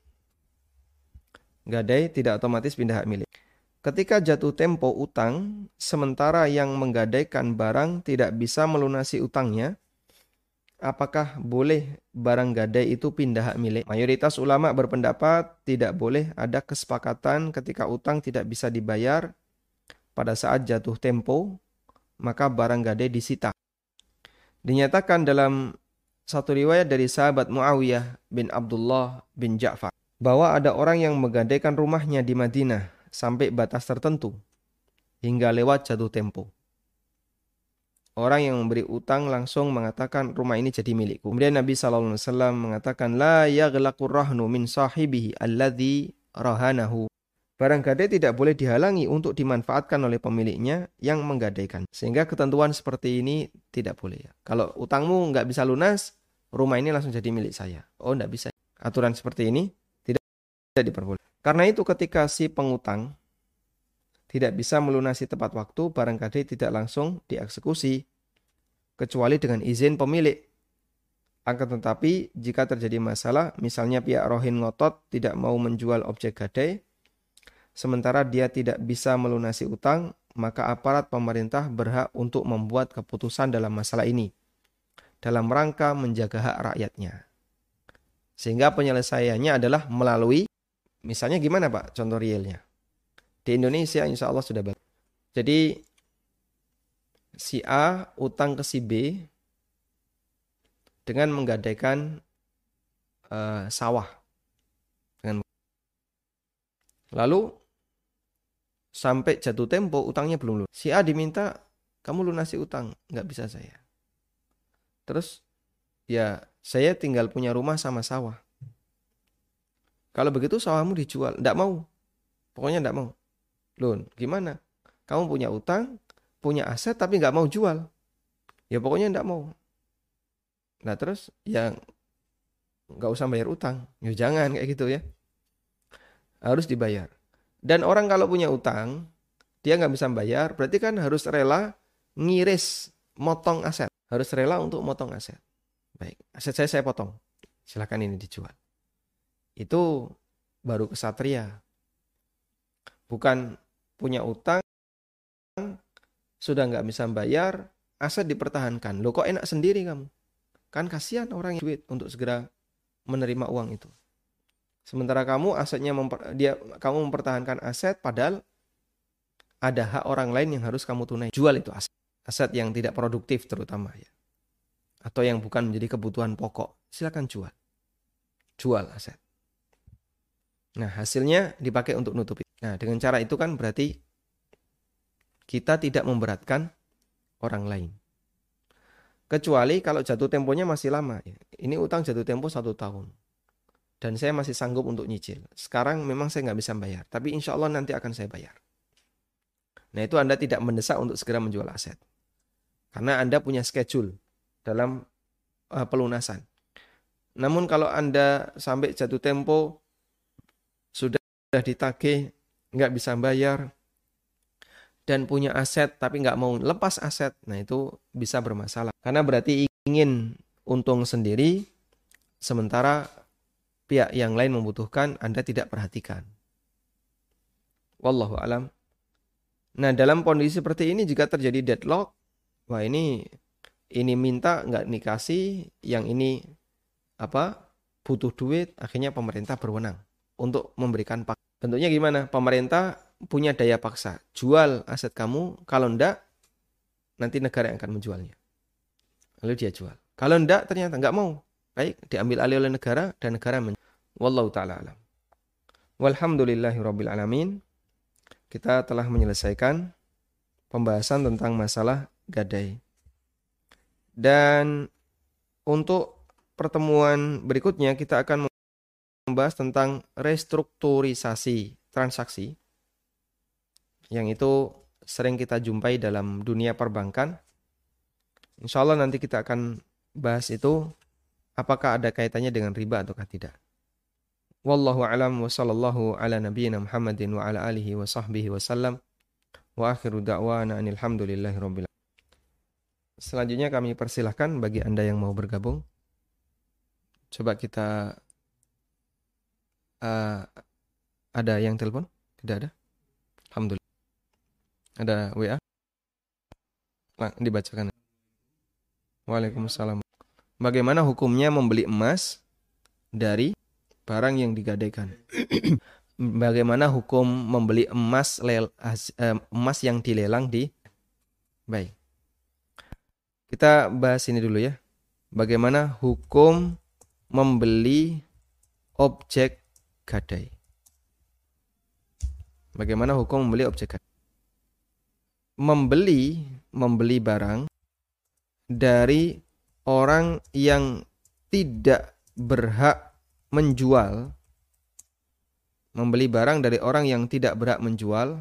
Gadai tidak otomatis pindah hak milik. Ketika jatuh tempo utang, sementara yang menggadaikan barang tidak bisa melunasi utangnya, apakah boleh barang gadai itu pindah hak milik? Mayoritas ulama berpendapat tidak boleh ada kesepakatan ketika utang tidak bisa dibayar pada saat jatuh tempo, maka barang gadai disita. Dinyatakan dalam satu riwayat dari sahabat Muawiyah bin Abdullah bin Ja'far bahwa ada orang yang menggadaikan rumahnya di Madinah sampai batas tertentu hingga lewat jatuh tempo. orang yang memberi utang langsung mengatakan rumah ini jadi milikku. Kemudian Nabi shallallahu alaihi wasallam mengatakan la yaghlaqur rahnu min sahibihi alladhi rahanahu. Barang gadai tidak boleh dihalangi untuk dimanfaatkan oleh pemiliknya yang menggadaikan. Sehingga ketentuan seperti ini tidak boleh ya. Kalau utangmu nggak bisa lunas, rumah ini langsung jadi milik saya. Oh, nggak bisa. Aturan seperti ini tidak, tidak diperbolehkan. Karena itu ketika si pengutang tidak bisa melunasi tepat waktu, barang gadai tidak langsung dieksekusi kecuali dengan izin pemilik. Akan tetapi jika terjadi masalah, misalnya pihak rohin ngotot tidak mau menjual objek gadai, sementara dia tidak bisa melunasi utang, maka aparat pemerintah berhak untuk membuat keputusan dalam masalah ini dalam rangka menjaga hak rakyatnya. Sehingga penyelesaiannya adalah melalui, misalnya gimana Pak contoh realnya? Di Indonesia insya Allah sudah bagus. Jadi si A utang ke si B dengan menggadaikan uh, sawah. Dengan... Lalu sampai jatuh tempo utangnya belum lunas. Si A diminta, kamu lunasi utang. Nggak bisa saya. Terus ya saya tinggal punya rumah sama sawah. Kalau begitu sawahmu dijual. Nggak mau. Pokoknya nggak mau. Loh gimana? Kamu punya utang, punya aset tapi nggak mau jual. Ya pokoknya nggak mau. Nah terus ya nggak usah bayar utang. Ya jangan kayak gitu ya. Harus dibayar. Dan orang kalau punya utang, dia nggak bisa bayar, berarti kan harus rela ngiris, motong aset. Harus rela untuk motong aset. Baik, aset saya saya potong. Silakan ini dijual. Itu baru kesatria. Bukan punya utang, sudah nggak bisa bayar, aset dipertahankan. Loh kok enak sendiri kamu? Kan kasihan orang yang duit untuk segera menerima uang itu. Sementara kamu asetnya memper, dia kamu mempertahankan aset padahal ada hak orang lain yang harus kamu tunai. Jual itu aset. Aset yang tidak produktif terutama ya. Atau yang bukan menjadi kebutuhan pokok. Silakan jual. Jual aset. Nah, hasilnya dipakai untuk nutupi. Nah, dengan cara itu kan berarti kita tidak memberatkan orang lain. Kecuali kalau jatuh temponya masih lama. Ya. Ini utang jatuh tempo satu tahun. Dan saya masih sanggup untuk nyicil. Sekarang memang saya nggak bisa bayar. Tapi insya Allah nanti akan saya bayar. Nah itu Anda tidak mendesak untuk segera menjual aset. Karena Anda punya schedule dalam uh, pelunasan. Namun kalau Anda sampai jatuh tempo, sudah ditagih, nggak bisa bayar, dan punya aset tapi nggak mau lepas aset, nah itu bisa bermasalah. Karena berarti ingin untung sendiri, sementara pihak yang lain membutuhkan, Anda tidak perhatikan. Wallahu alam. Nah dalam kondisi seperti ini jika terjadi deadlock, wah ini ini minta nggak dikasih, yang ini apa butuh duit, akhirnya pemerintah berwenang untuk memberikan paksa. Bentuknya gimana? Pemerintah punya daya paksa, jual aset kamu, kalau enggak nanti negara yang akan menjualnya. Lalu dia jual. Kalau enggak ternyata enggak mau, baik diambil alih oleh negara dan negara menjual. Wallahu ta'ala alam. Walhamdulillahirabbil alamin. Kita telah menyelesaikan pembahasan tentang masalah gadai. Dan untuk pertemuan berikutnya kita akan membahas tentang restrukturisasi transaksi, yang itu sering kita jumpai dalam dunia perbankan. Insya Allah nanti kita akan bahas itu, apakah ada kaitannya dengan riba ataukah tidak. Wallahu a'lam wa sallallahu ala nabiyyina Muhammadin wa ala alihi wa sahbihi wa sallam. Wa akhiru da'wana anil hamdulillahi rabbil alamin. Selanjutnya kami persilahkan bagi Anda yang mau bergabung. Coba kita uh, ada yang telepon? Tidak ada? Alhamdulillah. Ada W A? Nah, dibacakan. Waalaikumsalam. Bagaimana hukumnya membeli emas dari barang yang digadaikan? Bagaimana hukum membeli emas lel, emas yang dilelang di? Baik. Kita bahas ini dulu ya. Bagaimana hukum membeli objek gadai? Bagaimana hukum membeli objek gadai? Membeli membeli barang dari orang yang tidak berhak menjual, membeli barang dari orang yang tidak berhak menjual,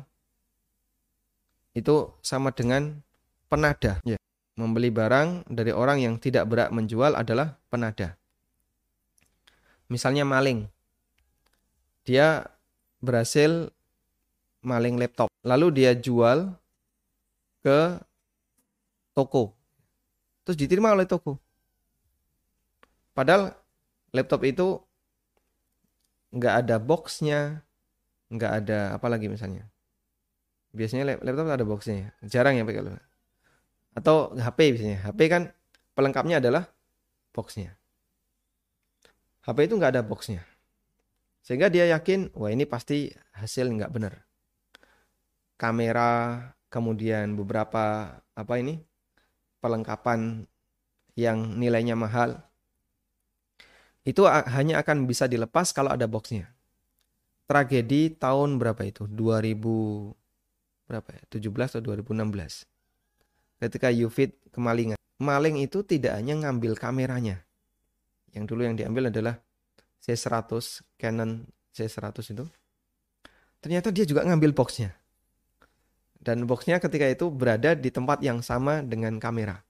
itu sama dengan penada. Ya. Membeli barang dari orang yang tidak berhak menjual adalah penada. Misalnya maling. Dia berhasil maling laptop. Lalu dia jual ke toko. Terus diterima oleh toko. Padahal laptop itu nggak ada boxnya, nggak ada apa lagi misalnya. Biasanya laptop ada boxnya ya. Jarang ya pakai laptop. Atau H P biasanya. H P kan pelengkapnya adalah boxnya. H P itu nggak ada boxnya. Sehingga dia yakin, wah ini pasti hasil nggak benar. Kamera, kemudian beberapa apa ini perlengkapan yang nilainya mahal, itu hanya akan bisa dilepas kalau ada boxnya. Tragedi tahun berapa itu? dua ribu berapa ya? tujuh belas atau dua ribu enam belas. Ketika Yufid kemalingan. Maling itu tidak hanya ngambil kameranya. Yang dulu yang diambil adalah C seratus, Canon C seratus itu. Ternyata dia juga ngambil boxnya. Dan boxnya ketika itu berada di tempat yang sama dengan kamera.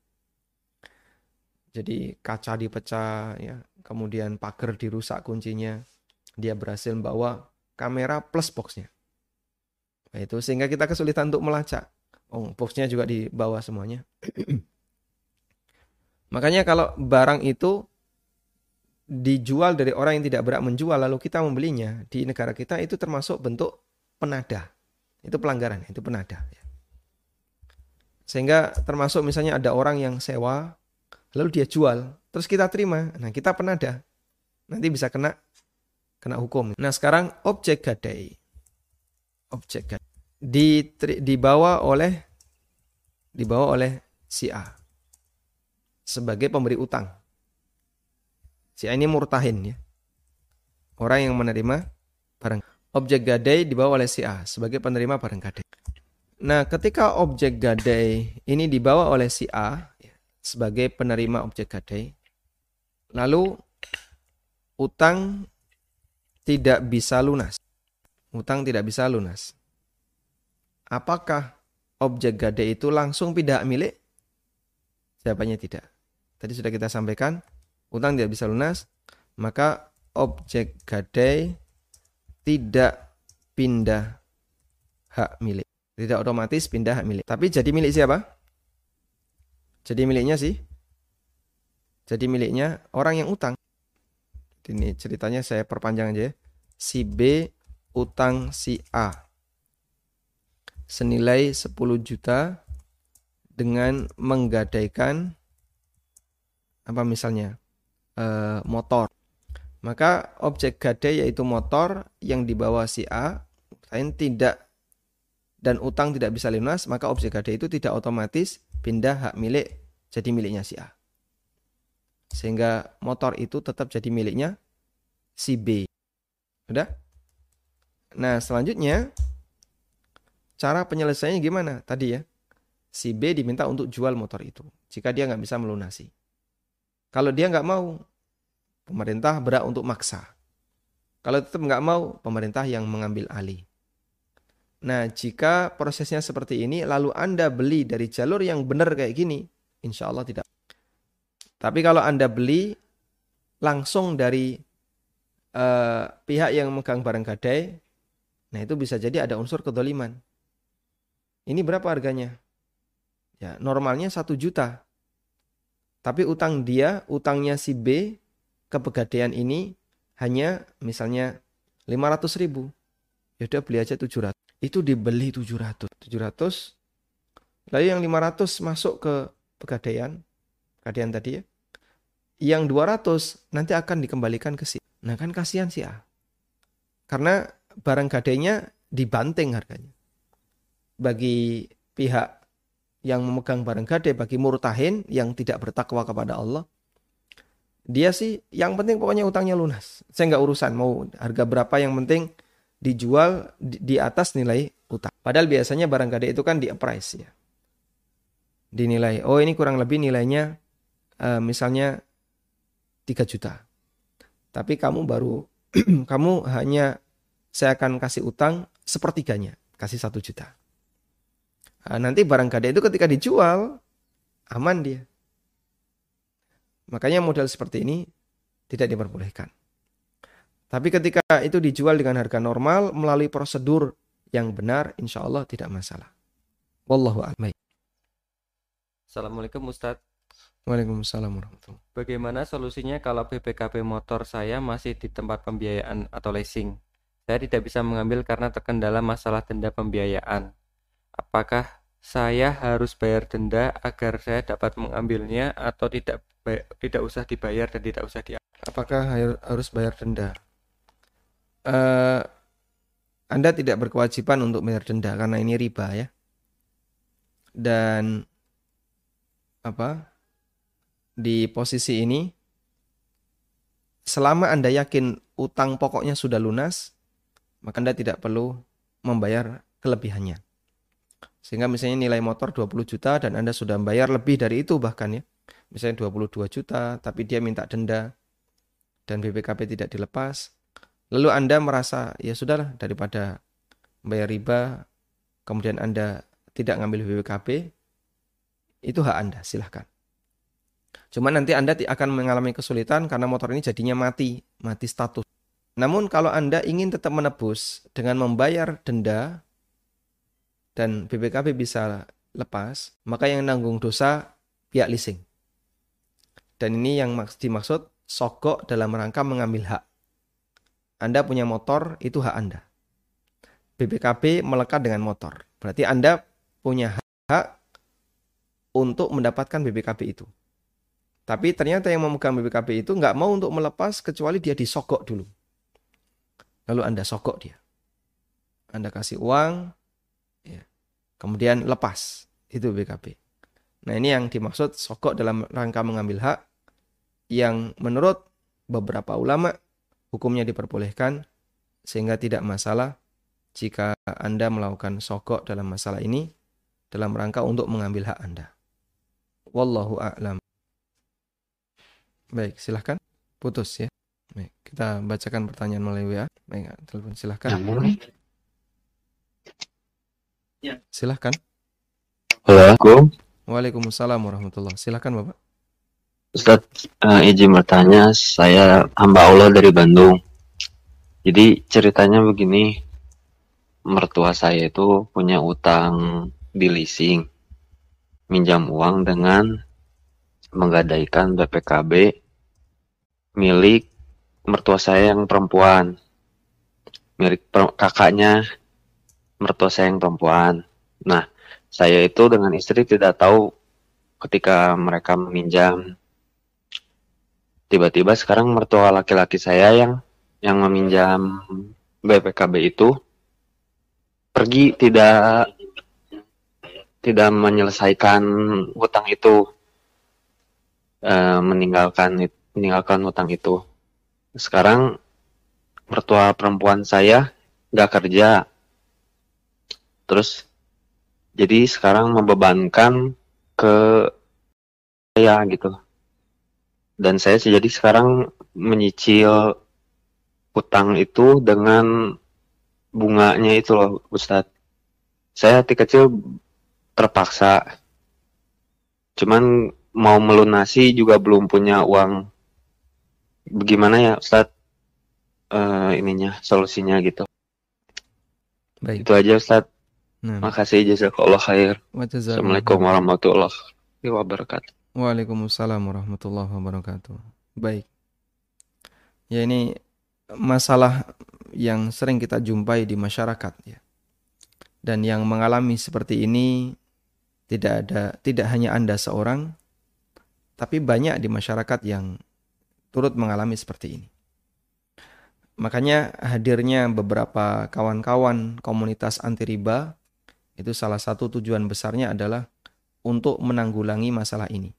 Jadi kaca dipecah, ya, kemudian pagar dirusak kuncinya. Dia berhasil membawa kamera plus boxnya. Nah, itu sehingga kita kesulitan untuk melacak. Oh, boxnya juga dibawa semuanya. Makanya kalau barang itu dijual dari orang yang tidak berhak menjual, lalu kita membelinya di negara kita, itu termasuk bentuk penada. Itu pelanggaran, itu penada. Sehingga termasuk misalnya ada orang yang sewa, lalu dia jual, terus kita terima. Nah, kita penada. Nanti bisa kena kena hukum. Nah, sekarang objek gadai. Objek gadai. Di, dibawa oleh dibawa oleh si A sebagai pemberi utang. Si A ini murtahin ya. Orang yang menerima barang. Objek gadai dibawa oleh si A sebagai penerima barang gadai. Nah, ketika objek gadai ini dibawa oleh si A ya, sebagai penerima objek gadai, lalu utang tidak bisa lunas. Utang tidak bisa lunas. Apakah objek gadai itu langsung pindah hak milik? Jawabannya tidak. Tadi sudah kita sampaikan, utang tidak bisa lunas, maka objek gadai tidak pindah hak milik. Tidak otomatis pindah hak milik. Tapi jadi milik siapa? Jadi miliknya sih. Jadi miliknya orang yang utang. Ini ceritanya saya perpanjang aja ya. Si B utang si A senilai sepuluh juta dengan menggadaikan apa misalnya e, motor. Maka objek gadai yaitu motor yang dibawa si A lain tidak dan utang tidak bisa lunas, maka objek gadai itu tidak otomatis pindah hak milik jadi miliknya si A. Sehingga motor itu tetap jadi miliknya si B. Sudah? Nah, selanjutnya cara penyelesaiannya gimana? Tadi ya, si B diminta untuk jual motor itu jika dia nggak bisa melunasi. Kalau dia nggak mau, pemerintah berhak untuk maksa. Kalau tetap nggak mau, pemerintah yang mengambil alih. Nah, jika prosesnya seperti ini, lalu Anda beli dari jalur yang benar kayak gini, insya Allah tidak. Tapi kalau Anda beli langsung dari uh, pihak yang memegang barang gadai, nah itu bisa jadi ada unsur kedoliman. Ini berapa harganya? Ya, normalnya satu juta. Tapi utang dia, utangnya si B ke pegadaian ini hanya misalnya lima ratus ribu. Ya udah beli aja tujuh ratus. Itu dibeli tujuh ratus. tujuh ratus. Lalu yang lima ratus masuk ke pegadaian. Pegadaian tadi ya. Yang dua ratus nanti akan dikembalikan ke si A. Nah kan kasihan si A. Karena barang gadainya dibanting harganya. Bagi pihak yang memegang barang gadai, bagi murtahin yang tidak bertakwa kepada Allah, dia sih yang penting pokoknya utangnya lunas. Saya nggak urusan mau harga berapa, yang penting dijual di, di atas nilai utang. Padahal biasanya barang gadai itu kan di appraise ya. dinilai, oh ini kurang lebih nilainya uh, misalnya tiga juta. Tapi kamu baru, kamu hanya, saya akan kasih utang sepertiganya, kasih satu juta. Nah, nanti barang gadai itu ketika dijual, aman dia. Makanya modal seperti ini tidak diperbolehkan. Tapi ketika itu dijual dengan harga normal, melalui prosedur yang benar, insya Allah tidak masalah. Wallahu a'lam. Assalamualaikum Ustadz. Waalaikumsalam warahmatullahi. Bagaimana solusinya kalau B P K B motor saya masih di tempat pembiayaan atau leasing? Saya tidak bisa mengambil karena terkendala masalah denda pembiayaan. Apakah saya harus bayar denda agar saya dapat mengambilnya atau tidak tidak usah dibayar dan tidak usah diambil? Apakah harus bayar denda? Uh, Anda tidak berkewajiban untuk bayar denda karena ini riba ya. Dan apa? Di posisi ini, selama Anda yakin utang pokoknya sudah lunas, maka Anda tidak perlu membayar kelebihannya. Sehingga misalnya nilai motor dua puluh juta dan Anda sudah membayar lebih dari itu bahkan ya. Misalnya dua puluh dua juta, tapi dia minta denda dan B P K B tidak dilepas. Lalu Anda merasa, ya sudahlah, daripada bayar riba, kemudian Anda tidak ngambil B P K B, itu hak Anda, silahkan. Cuma nanti Anda akan mengalami kesulitan karena motor ini jadinya mati, mati status. Namun kalau Anda ingin tetap menebus dengan membayar denda dan B P K B bisa lepas, maka yang nanggung dosa pihak leasing. Dan ini yang dimaksud sogok dalam rangka mengambil hak. Anda punya motor, itu hak Anda. B P K B melekat dengan motor. Berarti Anda punya hak untuk mendapatkan B P K B itu. Tapi ternyata yang memegang B P K B itu nggak mau untuk melepas kecuali dia disogok dulu. Lalu Anda sogok dia. Anda kasih uang, ya, kemudian lepas. Itu B P K B. Nah ini yang dimaksud sogok dalam rangka mengambil hak, yang menurut beberapa ulama hukumnya diperbolehkan, sehingga tidak masalah jika Anda melakukan sogok dalam masalah ini dalam rangka untuk mengambil hak Anda. Wallahu a'lam. Baik, silahkan. Putus ya. Baik, kita bacakan pertanyaan melalui W A. Baik, telepon silahkan. Silahkan. Assalamualaikum. Waalaikumsalam warahmatullahi. Silahkan Bapak. Ustadz, uh, izin bertanya, saya hamba Allah dari Bandung. Jadi ceritanya begini, mertua saya itu punya utang di leasing, minjam uang dengan menggadaikan B P K B milik mertua saya yang perempuan, milik per- kakaknya mertua saya yang perempuan. Nah, saya itu dengan istri tidak tahu ketika mereka meminjam. Tiba-tiba sekarang mertua laki-laki saya yang yang meminjam B P K B itu pergi, tidak tidak menyelesaikan hutang itu, e, meninggalkan meninggalkan hutang itu. Sekarang mertua perempuan saya nggak kerja, terus jadi sekarang membebankan ke saya gitu. Dan saya jadi sekarang menyicil utang itu dengan bunganya itu loh Ustadz. Saya hati kecil terpaksa. Cuman mau melunasi juga belum punya uang. Bagaimana ya Ustadz uh, ininya, solusinya gitu. Baik. Itu aja Ustadz. Nah. Makasih, jazakallah khair. Assalamualaikum warahmatullahi wabarakatuh. Waalaikumsalam warahmatullahi wabarakatuh. Baik. Ya ini masalah yang sering kita jumpai di masyarakat ya. Dan yang mengalami seperti ini tidak ada tidak hanya Anda seorang, tapi banyak di masyarakat yang turut mengalami seperti ini. Makanya hadirnya beberapa kawan-kawan komunitas anti riba itu salah satu tujuan besarnya adalah untuk menanggulangi masalah ini.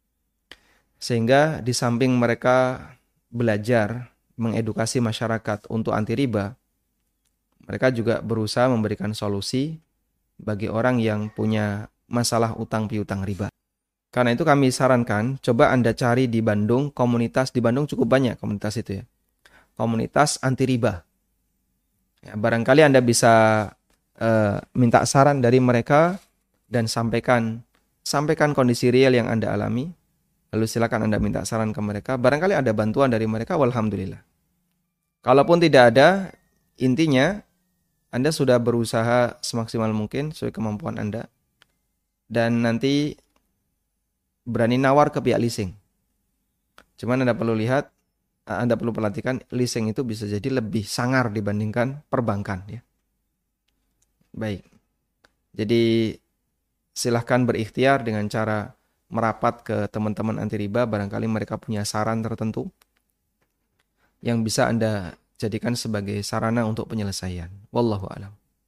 Sehingga di samping mereka belajar mengedukasi masyarakat untuk anti riba, mereka juga berusaha memberikan solusi bagi orang yang punya masalah utang piutang riba. Karena itu kami sarankan, coba Anda cari di Bandung, komunitas di Bandung cukup banyak komunitas itu ya. Komunitas anti riba. Ya, barangkali Anda bisa uh, minta saran dari mereka dan sampaikan sampaikan kondisi real yang Anda alami. Lalu silakan Anda minta saran ke mereka. Barangkali ada bantuan dari mereka, walhamdulillah. Kalaupun tidak ada, intinya Anda sudah berusaha semaksimal mungkin sesuai kemampuan Anda. Dan nanti berani nawar ke pihak leasing. Cuman Anda perlu lihat, Anda perlu perhatikan leasing itu bisa jadi lebih sangar dibandingkan perbankan ya. Baik. Jadi silahkan berikhtiar dengan cara merapat ke teman-teman anti riba, barangkali mereka punya saran tertentu yang bisa Anda jadikan sebagai sarana untuk penyelesaian. Wallahu a'lam.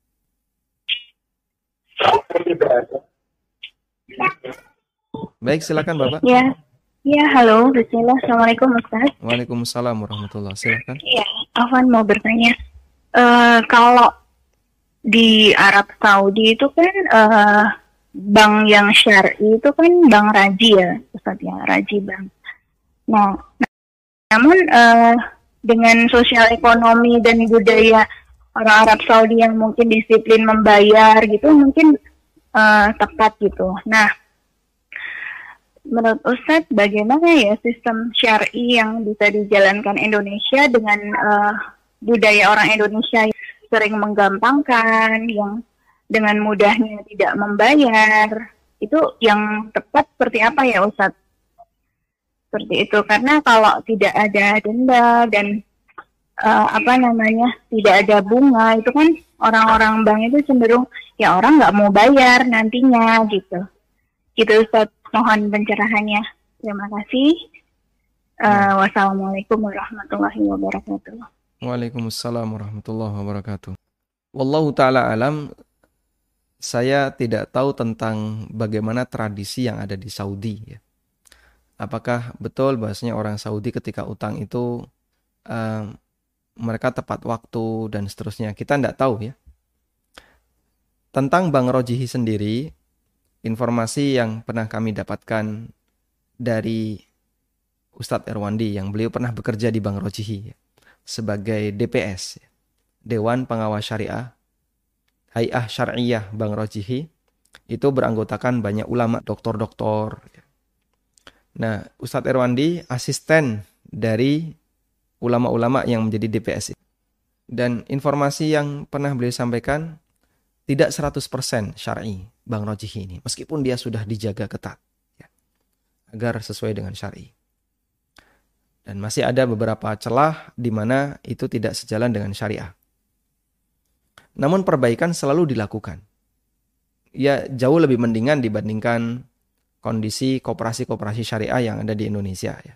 Baik, silakan Bapak. Ya, ya halo, bismillah, assalamualaikum Ustaz. Waalaikumsalam warahmatullahi wabarakatuh. Silakan. Ya, Afwan mau bertanya, uh, kalau di Arab Saudi itu kan uh, bank yang syar'i itu kan bank Raji ya, Ustaz ya, Raji Bank. Nah, namun uh, dengan sosial ekonomi dan budaya orang Arab Saudi yang mungkin disiplin membayar gitu, mungkin uh, tepat gitu. Nah, menurut Ustadz, bagaimana ya sistem syar'i yang bisa dijalankan Indonesia dengan uh, budaya orang Indonesia yang sering menggampangkan, yang dengan mudahnya tidak membayar, itu yang tepat seperti apa ya Ustadz? Seperti itu, karena kalau tidak ada denda dan uh, apa namanya tidak ada bunga, itu kan orang-orang bank itu cenderung ya orang nggak mau bayar nantinya gitu. Gitu Ustadz. Mohon pencerahannya. Terima kasih. Uh, wassalamualaikum warahmatullahi wabarakatuh. Waalaikumsalam warahmatullahi wabarakatuh. Wallahu ta'ala alam, saya tidak tahu tentang bagaimana tradisi yang ada di Saudi. Ya. Apakah betul bahasanya orang Saudi ketika utang itu uh, mereka tepat waktu dan seterusnya. Kita tidak tahu ya. Tentang Bank Rojihi sendiri, informasi yang pernah kami dapatkan dari Ustadz Erwandi yang beliau pernah bekerja di Bank Rojihi ya, sebagai D P S, ya, Dewan Pengawas Syariah, Hay'ah Syar'iyah Bank Rojihi, itu beranggotakan banyak ulama, doktor-doktor. Ya. Nah, Ustadz Erwandi asisten dari ulama-ulama yang menjadi D P S. Dan informasi yang pernah beliau sampaikan, tidak seratus persen syar'i Bank Rojihi ini, meskipun dia sudah dijaga ketat ya, agar sesuai dengan syar'i. Dan masih ada beberapa celah di mana itu tidak sejalan dengan syariah. Namun perbaikan selalu dilakukan. Ya jauh lebih mendingan dibandingkan kondisi koperasi-koperasi syariah yang ada di Indonesia ya.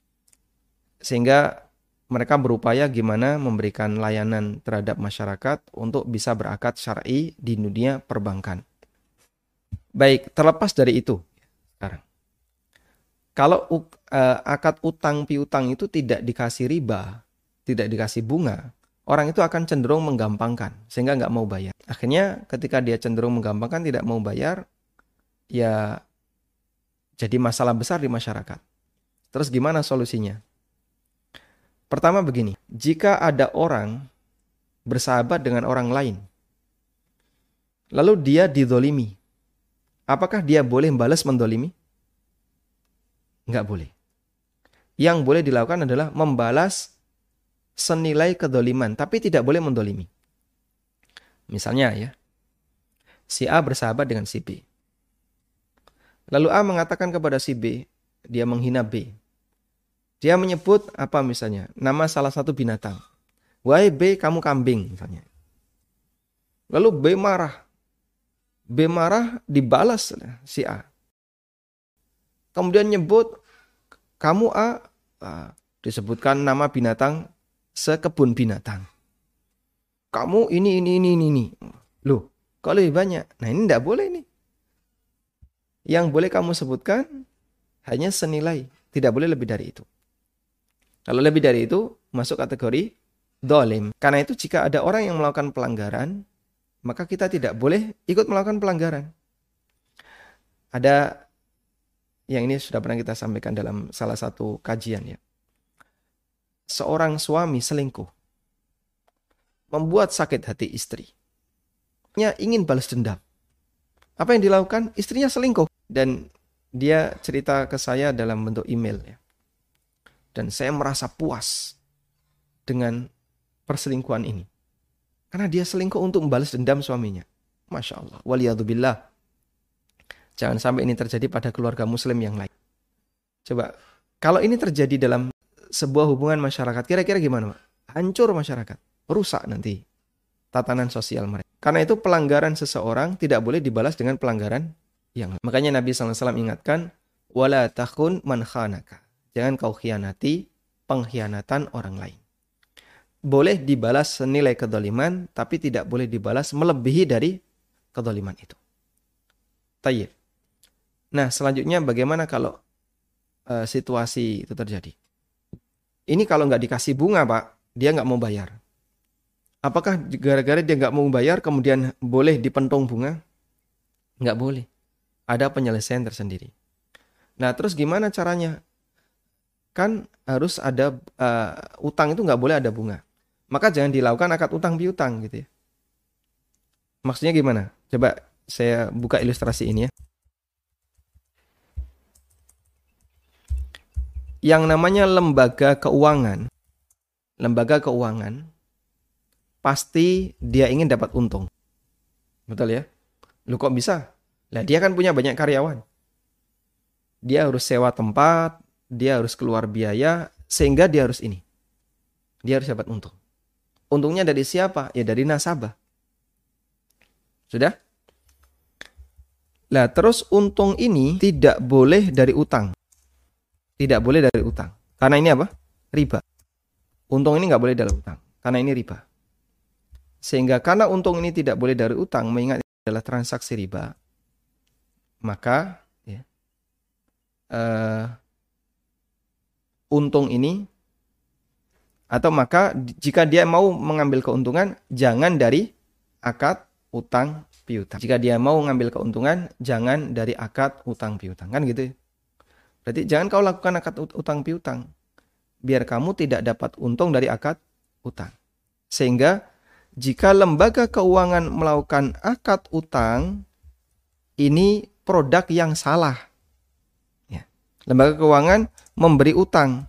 Sehingga mereka berupaya gimana memberikan layanan terhadap masyarakat untuk bisa berakad syar'i di dunia perbankan. Baik, terlepas dari itu sekarang. Kalau uh, akad utang piutang itu tidak dikasih riba, tidak dikasih bunga, orang itu akan cenderung menggampangkan sehingga nggak mau bayar. Akhirnya ketika dia cenderung menggampangkan tidak mau bayar, ya jadi masalah besar di masyarakat. Terus gimana solusinya? Pertama begini, jika ada orang bersahabat dengan orang lain, lalu dia didolimi, apakah dia boleh balas mendolimi? Enggak boleh. Yang boleh dilakukan adalah membalas senilai kedoliman, tapi tidak boleh mendolimi. Misalnya ya, si A bersahabat dengan si B. Lalu A mengatakan kepada si B, dia menghina B. Dia menyebut apa misalnya, nama salah satu binatang. Wahai B, kamu kambing misalnya. Lalu B marah. B marah dibalas si A. Kemudian nyebut kamu A, uh, disebutkan nama binatang sekebun binatang. Kamu ini, ini, ini, ini. Loh, kok lebih banyak? Nah ini tidak boleh nih. Yang boleh kamu sebutkan hanya senilai. Tidak boleh lebih dari itu. Kalau lebih dari itu, masuk kategori dolim. Karena itu jika ada orang yang melakukan pelanggaran, maka kita tidak boleh ikut melakukan pelanggaran. Ada yang ini sudah pernah kita sampaikan dalam salah satu kajian ya. Seorang suami selingkuh membuat sakit hati istri. Dia ingin balas dendam. Apa yang dilakukan? Istrinya selingkuh. Dan dia cerita ke saya dalam bentuk email ya. Dan saya merasa puas dengan perselingkuhan ini. Karena dia selingkuh untuk membalas dendam suaminya. Masya Allah. Waliyadzubillah. Jangan sampai ini terjadi pada keluarga muslim yang lain. Coba, kalau ini terjadi dalam sebuah hubungan masyarakat, kira-kira gimana, Pak? Hancur masyarakat. Rusak nanti tatanan sosial mereka. Karena itu pelanggaran seseorang tidak boleh dibalas dengan pelanggaran yang lain. Makanya Nabi shallallahu alaihi wasallam ingatkan, wala takhun man khanaka. Jangan kau khianati pengkhianatan orang lain. Boleh dibalas senilai kedzaliman, tapi tidak boleh dibalas melebihi dari kedzaliman itu. Tayyib. Nah, selanjutnya bagaimana kalau uh, situasi itu terjadi? Ini kalau nggak dikasih bunga, Pak, dia nggak mau bayar. Apakah gara-gara dia nggak mau bayar kemudian boleh dipentung bunga? Nggak boleh. Ada penyelesaian tersendiri. Nah, terus gimana caranya? Kan harus ada uh, utang itu nggak boleh ada bunga. Maka jangan dilakukan akad utang piutang gitu ya. Maksudnya gimana? Coba saya buka ilustrasi ini ya. Yang namanya lembaga keuangan, lembaga keuangan pasti dia ingin dapat untung. Betul ya? Lu kok bisa? Lah dia kan punya banyak karyawan. Dia harus sewa tempat, dia harus keluar biaya, sehingga dia harus ini. Dia harus dapat untung. Untungnya dari siapa? Ya dari nasabah. Sudah? Lah terus untung ini tidak boleh dari utang. Tidak boleh dari utang. Karena ini apa? Riba. Untung ini nggak boleh dari utang. Karena ini riba. Sehingga karena untung ini tidak boleh dari utang, mengingat ini adalah transaksi riba, maka ya, uh, untung ini, atau maka jika dia mau mengambil keuntungan, jangan dari akad utang piutang. Jika dia mau mengambil keuntungan, jangan dari akad utang piutang. Kan gitu ya? Berarti jangan kau lakukan akad utang piutang, biar kamu tidak dapat untung dari akad utang. Sehingga jika lembaga keuangan melakukan akad utang, ini produk yang salah. Ya. Lembaga keuangan memberi utang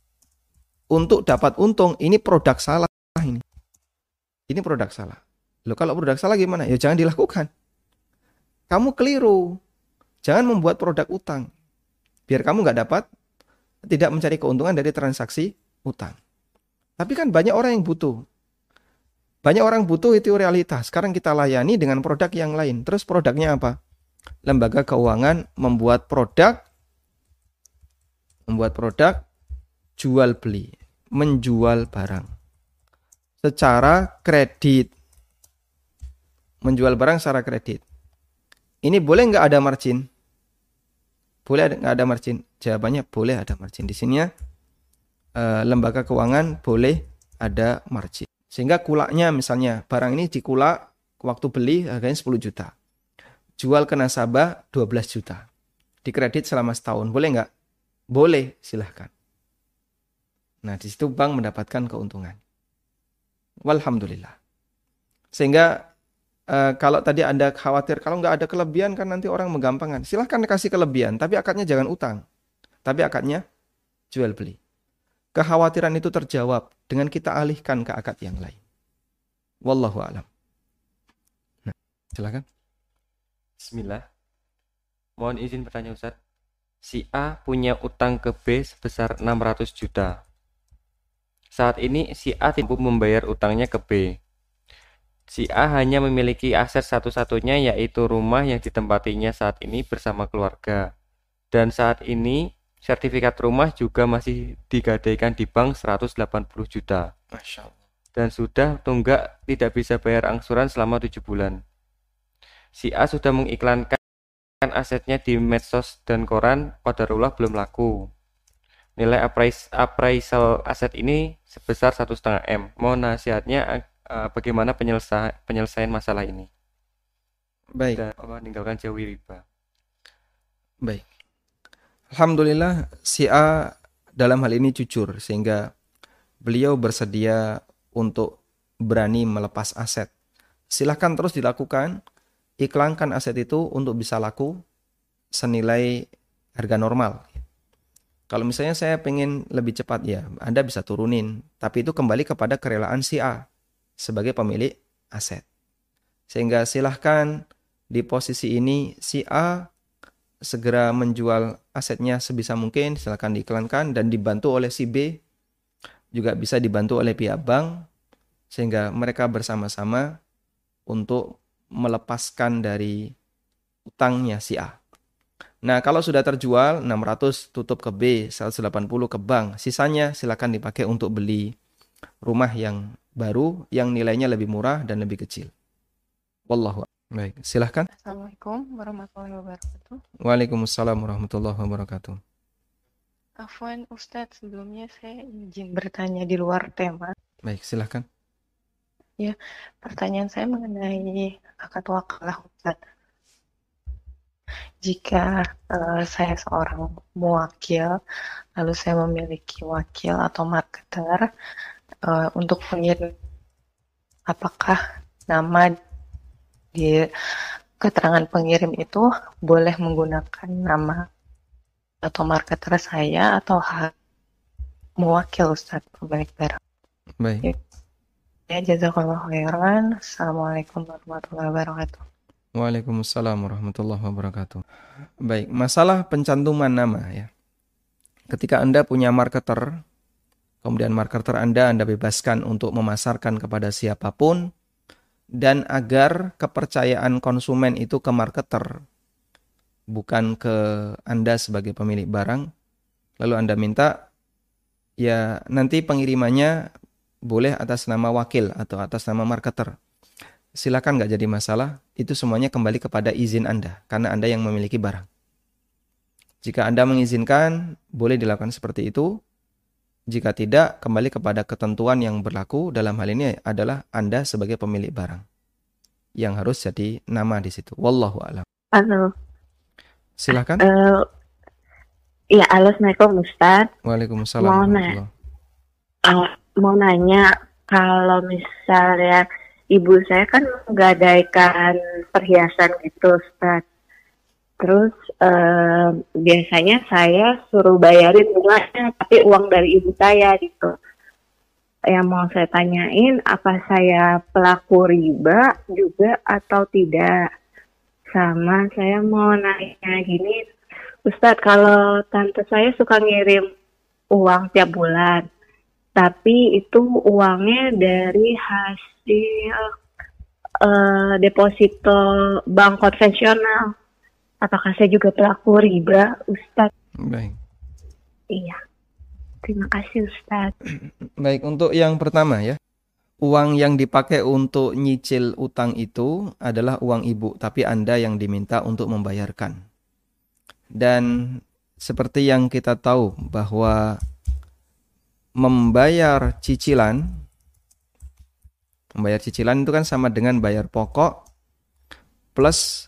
untuk dapat untung, ini produk salah. Ini, ini produk salah. Loh, kalau produk salah gimana? Ya jangan dilakukan. Kamu keliru. Jangan membuat produk utang. Biar kamu nggak dapat, tidak mencari keuntungan dari transaksi utang. Tapi kan banyak orang yang butuh. Banyak orang butuh, itu realitas. Sekarang kita layani dengan produk yang lain. Terus produknya apa? Lembaga keuangan membuat produk, membuat produk jual beli, menjual barang secara kredit, menjual barang secara kredit. Ini boleh nggak ada margin? Boleh nggak ada margin? Jawabannya boleh ada margin. Di sini ya, eh, lembaga keuangan boleh ada margin. Sehingga kulaknya misalnya, barang ini dikulak waktu beli harganya sepuluh juta. Jual ke nasabah dua belas juta. Dikredit selama setahun. Boleh nggak? Boleh, silahkan. Nah, di situ bank mendapatkan keuntungan. Walhamdulillah. Sehingga e, kalau tadi Anda khawatir, kalau nggak ada kelebihan kan nanti orang menggampangkan. Silahkan kasih kelebihan, tapi akadnya jangan utang. Tapi akadnya jual beli. Kekhawatiran itu terjawab dengan kita alihkan ke akad yang lain. Wallahu a'lam. Nah, silakan. Bismillah. Mohon izin bertanya Ustaz. Si A punya utang ke B sebesar enam ratus juta. Saat ini si A tidak mampu membayar utangnya ke B. Si A hanya memiliki aset satu-satunya, yaitu rumah yang ditempatinya saat ini bersama keluarga. Dan saat ini sertifikat rumah juga masih digadaikan di bank seratus delapan puluh juta. Masya Allah. Dan sudah tunggak tidak bisa bayar angsuran selama tujuh bulan. Si A sudah mengiklankan asetnya di medsos dan koran, qadarullah belum laku. Nilai appraise, appraisal aset ini sebesar satu koma lima M. Mohon nasihatnya uh, bagaimana penyelesa, penyelesaian masalah ini. Baik. Dan apa, meninggalkan jauhi riba. Baik. Alhamdulillah si A dalam hal ini jujur sehingga beliau bersedia untuk berani melepas aset. Silahkan terus dilakukan, iklankan aset itu untuk bisa laku senilai harga normal. Kalau misalnya saya pengen lebih cepat, ya Anda bisa turunin, tapi itu kembali kepada kerelaan si A sebagai pemilik aset. Sehingga silahkan di posisi ini si A segera menjual asetnya sebisa mungkin, silahkan diiklankan dan dibantu oleh si B, juga bisa dibantu oleh pihak bank, sehingga mereka bersama-sama untuk melepaskan dari utangnya si A. Nah, kalau sudah terjual enam ratus tutup ke B, seratus delapan puluh ke bank. Sisanya silakan dipakai untuk beli rumah yang baru yang nilainya lebih murah dan lebih kecil. Wallahu a'lam. Baik, silahkan. Assalamualaikum warahmatullahi wabarakatuh. Waalaikumsalam warahmatullahi wabarakatuh. Afwan Ustadz, sebelumnya saya izin bertanya di luar tema. Baik, silahkan. Ya, pertanyaan saya mengenai akad wakalah Ustadz. Jika uh, saya seorang muwakil, lalu saya memiliki wakil atau marketer uh, untuk pengirim, apakah nama di keterangan pengirim itu boleh menggunakan nama atau marketer saya atau hak mewakil Ustadz pemilik barang? Baik. Ya, jazakallahu khairan. Assalamualaikum warahmatullahi wabarakatuh. Waalaikumsalam warahmatullahi wabarakatuh. Baik, masalah pencantuman nama ya. Ketika Anda punya marketer, kemudian marketer Anda Anda bebaskan untuk memasarkan kepada siapapun, dan agar kepercayaan konsumen itu ke marketer, bukan ke Anda sebagai pemilik barang, lalu Anda minta, ya nanti pengirimannya boleh atas nama wakil atau atas nama marketer. Silakan, nggak jadi masalah. Itu semuanya kembali kepada izin Anda, karena Anda yang memiliki barang. Jika Anda mengizinkan, boleh dilakukan seperti itu. Jika tidak, kembali kepada ketentuan yang berlaku. Dalam hal ini adalah Anda sebagai pemilik barang yang harus jadi nama di situ. Wallahu a'lam. Halo. Silakan. Uh, ya, Assalamualaikum Ustaz. Waalaikumsalam. Mau, na- uh, mau nanya, kalau misalnya ibu saya kan menggadaikan perhiasan gitu Ustaz. Terus uh, biasanya saya suruh bayarin bunganya, tapi uang dari ibu saya gitu. Yang mau saya tanyain, apa saya pelaku riba juga atau tidak? Sama saya mau nanya gini, Ustadz, kalau tante saya suka ngirim uang tiap bulan, tapi itu uangnya dari hasil uh, deposito bank konvensional. Apakah saya juga pelaku riba, Ustadz? Baik. Iya. Terima kasih, Ustadz. Baik, untuk yang pertama ya. Uang yang dipakai untuk nyicil utang itu adalah uang ibu, tapi Anda yang diminta untuk membayarkan. Dan seperti yang kita tahu bahwa membayar cicilan, membayar cicilan itu kan sama dengan bayar pokok plus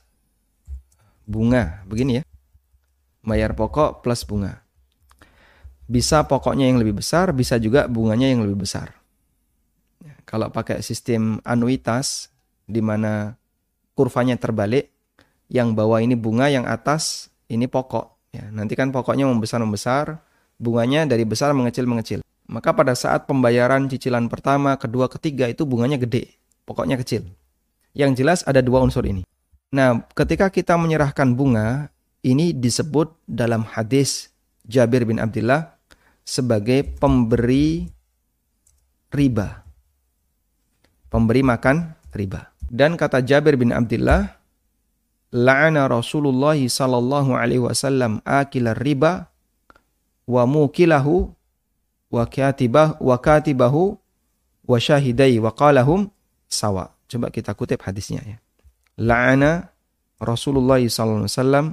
bunga, begini ya. Bayar pokok plus bunga. Bisa pokoknya yang lebih besar, bisa juga bunganya yang lebih besar. Kalau pakai sistem anuitas, di mana kurvanya terbalik, yang bawah ini bunga, yang atas ini pokok. Ya, nanti kan pokoknya membesar-membesar, bunganya dari besar mengecil-mengecil. Maka pada saat pembayaran cicilan pertama, kedua, ketiga itu bunganya gede, pokoknya kecil. Yang jelas ada dua unsur ini. Nah, ketika kita menyerahkan bunga, ini disebut dalam hadis Jabir bin Abdullah sebagai pemberi riba. Pemberi makan riba. Dan kata Jabir bin Abdullah, la'ana Rasulullah sallallahu alaihi wasallam akilar riba wa mukilahu wa katibah wa katibahu wa syahidai wa qalahum sawa. Coba kita kutip hadisnya ya. La'ana Rasulullah sallallahu alaihi wasallam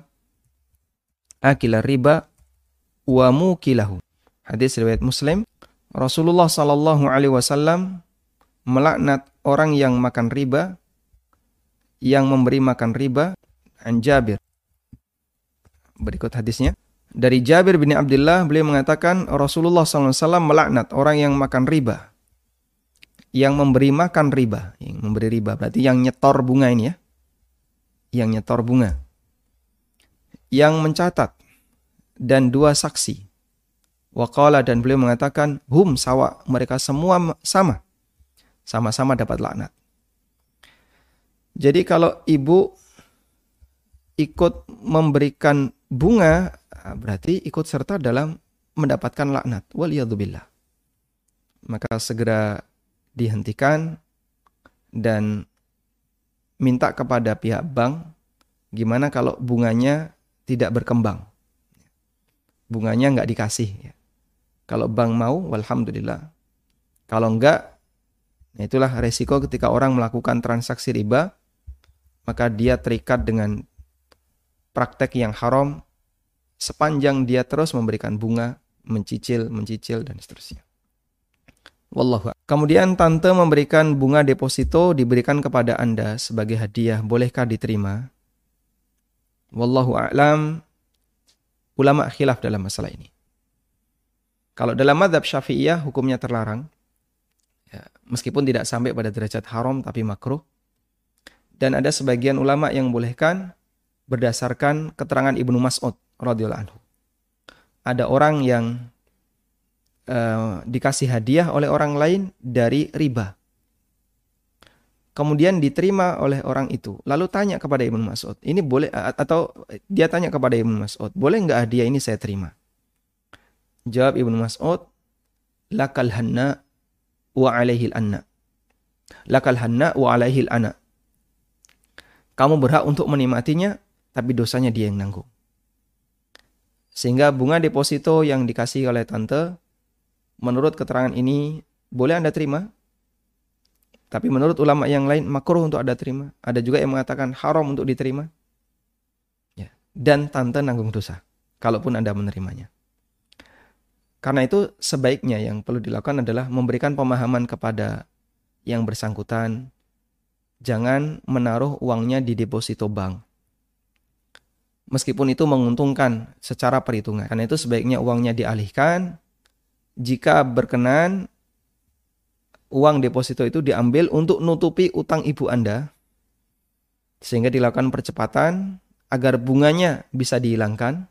akilar riba wa mukilahu. Hadis riwayat Muslim. Rasulullah sallallahu alaihi wasallam melaknat orang yang makan riba, yang memberi makan riba. An Jabir. Berikut hadisnya. Dari Jabir bin Abdullah, beliau mengatakan Rasulullah shallallahu alaihi wasallam melaknat orang yang makan riba, yang memberi makan riba, yang memberi riba berarti yang nyetor bunga ini ya, yang nyetor bunga, yang mencatat, dan dua saksi. Waqala, dan beliau mengatakan hum sawa, mereka semua sama, sama-sama dapat laknat. Jadi kalau ibu ikut memberikan bunga, berarti ikut serta dalam mendapatkan laknat. Waliyadzubillah. Maka segera dihentikan dan minta kepada pihak bank, gimana kalau bunganya tidak berkembang, bunganya nggak dikasih. Kalau bank mau, walhamdulillah. Kalau enggak, nah itulah resiko ketika orang melakukan transaksi riba, maka dia terikat dengan praktek yang haram sepanjang dia terus memberikan bunga, mencicil, mencicil, dan seterusnya. Wallahu a'lam. Kemudian tante memberikan bunga deposito diberikan kepada Anda sebagai hadiah, bolehkah diterima? Wallahu a'lam. Ulama khilaf dalam masalah ini. Kalau dalam mazhab Syafi'iyah hukumnya terlarang, ya, meskipun tidak sampai pada derajat haram tapi makruh. Dan ada sebagian ulama yang bolehkan berdasarkan keterangan Ibnu Mas'ud radhiyallahu anhu. Ada orang yang uh, dikasih hadiah oleh orang lain dari riba. Kemudian diterima oleh orang itu. Lalu tanya kepada Ibnu Mas'ud, ini boleh, atau dia tanya kepada Ibnu Mas'ud, boleh enggak hadiah ini saya terima? Jawab Ibnu Mas'ud, lakal hanna wa alaihil anna. Lakal hanna wa alaihil anna. Kamu berhak untuk menikmatinya, tapi dosanya dia yang nanggung. Sehingga bunga deposito yang dikasih oleh tante, menurut keterangan ini, boleh Anda terima. Tapi menurut ulama yang lain, makruh untuk Anda terima. Ada juga yang mengatakan haram untuk diterima. Ya. Dan tante nanggung dosa, kalaupun Anda menerimanya. Karena itu sebaiknya yang perlu dilakukan adalah memberikan pemahaman kepada yang bersangkutan. Jangan menaruh uangnya di deposito bank. Meskipun itu menguntungkan secara perhitungan. Karena itu sebaiknya uangnya dialihkan. Jika berkenan, uang deposito itu diambil untuk nutupi utang ibu Anda. Sehingga dilakukan percepatan agar bunganya bisa dihilangkan.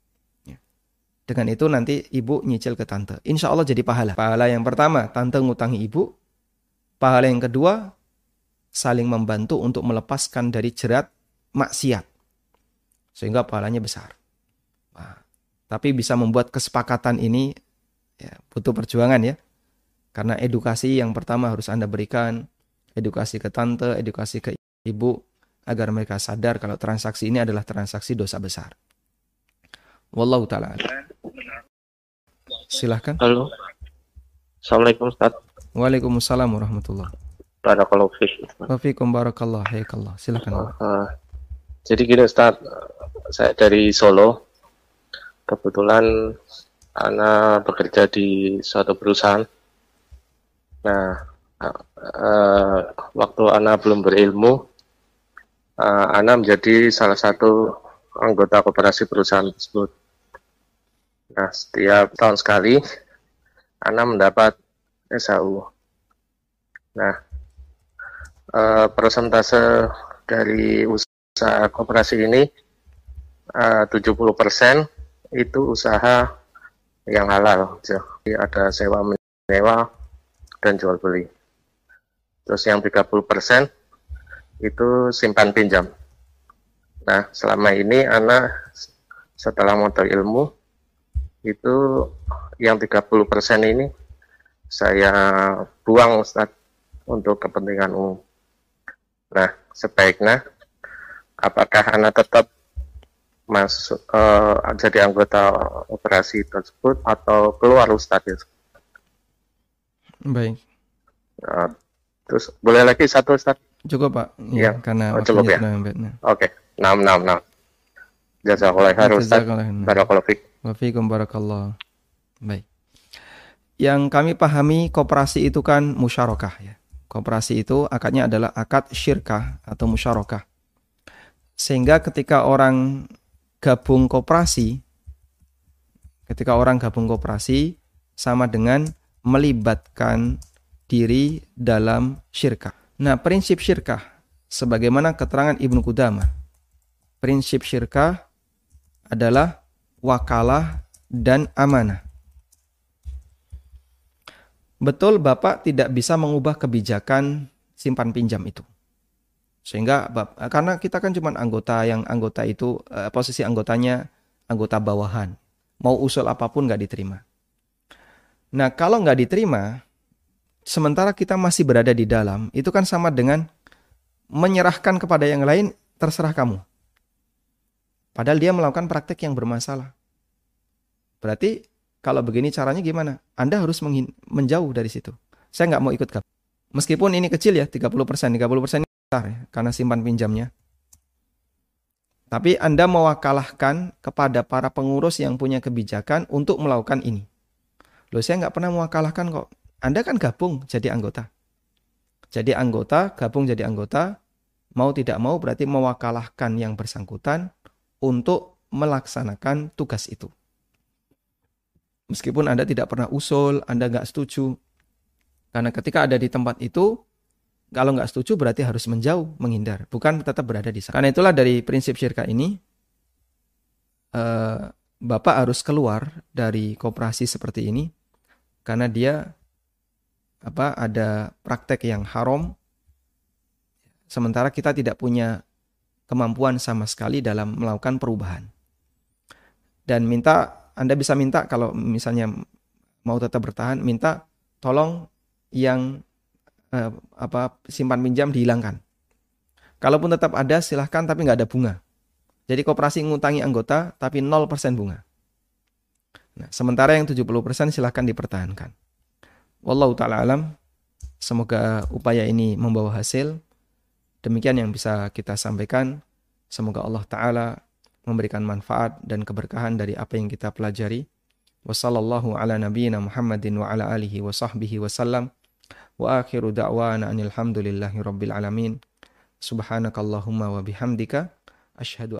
Dengan itu nanti ibu nyicil ke tante. Insya Allah jadi pahala. Pahala yang pertama, tante ngutangi ibu. Pahala yang kedua, saling membantu untuk melepaskan dari jerat maksiat. Sehingga pahalanya besar. Nah, tapi bisa membuat kesepakatan ini ya, butuh perjuangan ya. Karena edukasi yang pertama harus Anda berikan. Edukasi ke tante, edukasi ke ibu. Agar mereka sadar kalau transaksi ini adalah transaksi dosa besar. Wallahu ta'ala. Silahkan. Halo. Assalamualaikum Ustaz. Waalaikumsalam warahmatullahi wabarakatuh. Barakallahu fiik. Wafikum barakallah, hayakallah. Silakan. Uh, jadi gini Ustaz, saya dari Solo. Kebetulan Ana bekerja di suatu perusahaan. Nah, uh, uh, waktu Ana belum berilmu, uh, Ana menjadi salah satu anggota koperasi perusahaan tersebut. Nah, setiap tahun sekali Ana mendapat S H U. Nah, Uh, persentase dari usaha koperasi ini uh, tujuh puluh persen itu usaha yang halal. Jadi ada sewa menyewa dan jual beli. Terus yang tiga puluh persen itu simpan pinjam. Nah, selama ini Ana setelah modal ilmu itu yang tiga puluh persen ini saya buang Ustaz untuk kepentingan umum. Nah, sebaiknya apakah Ana tetap masuk uh, jadi anggota operasi tersebut atau keluar Ustaz? Baik. Uh, terus boleh lagi satu Ustaz? Cukup Pak. Ya, ya. Karena oh, cukup ya. Oke. Okay. Nam nam nam. Jazakallahu khairan Ustaz. Barakallahu fiik. Wa fiikum barakallah. Baik. Yang kami pahami koperasi itu kan musyarakah ya. Koperasi itu akadnya adalah akad syirkah atau musyarakah. Sehingga ketika orang gabung koperasi, ketika orang gabung koperasi sama dengan melibatkan diri dalam syirkah. Nah, prinsip syirkah sebagaimana keterangan Ibnu Qudamah, prinsip syirkah adalah wakalah dan amanah. Betul, Bapak tidak bisa mengubah kebijakan simpan pinjam itu. Sehingga karena kita kan cuma anggota, yang anggota itu posisi anggotanya anggota bawahan. Mau usul apapun nggak diterima. Nah, kalau nggak diterima, sementara kita masih berada di dalam, itu kan sama dengan menyerahkan kepada yang lain, terserah kamu. Padahal dia melakukan praktek yang bermasalah. Berarti kalau begini caranya gimana? Anda harus menghin- menjauh dari situ. Saya nggak mau ikut gabung. Meskipun ini kecil ya, tiga puluh persen. tiga puluh persen ini besar ya, karena simpan pinjamnya. Tapi Anda mewakalahkan kepada para pengurus yang punya kebijakan untuk melakukan ini. Loh, saya nggak pernah mewakalahkan kok. Anda kan gabung jadi anggota. Jadi anggota, gabung jadi anggota, mau tidak mau berarti mewakalahkan yang bersangkutan untuk melaksanakan tugas itu. Meskipun Anda tidak pernah usul, Anda nggak setuju. Karena ketika ada di tempat itu, kalau nggak setuju berarti harus menjauh, menghindar. Bukan tetap berada di sana. Karena itulah dari prinsip syirkah ini, eh, Bapak harus keluar dari koperasi seperti ini. Karena dia apa ada praktek yang haram, sementara kita tidak punya kemampuan sama sekali dalam melakukan perubahan. Dan minta, Anda bisa minta kalau misalnya mau tetap bertahan, minta tolong yang eh, apa simpan pinjam dihilangkan. Kalaupun tetap ada, silahkan tapi nggak ada bunga. Jadi koperasi ngutangi anggota tapi nol persen bunga. Nah, sementara yang tujuh puluh persen silahkan dipertahankan. Wallahu ta'ala alam. Semoga upaya ini membawa hasil. Demikian yang bisa kita sampaikan. Semoga Allah Ta'ala memberikan manfaat dan keberkahan dari apa yang kita pelajari. Wassallallahu ala nabiyyina Muhammadin wa ala alihi wa sahbihi wa sallam. Wa akhiru da'wana anil hamdulillahi rabbil alamin. Subhanakallahumma wa bihamdika. Asyhadu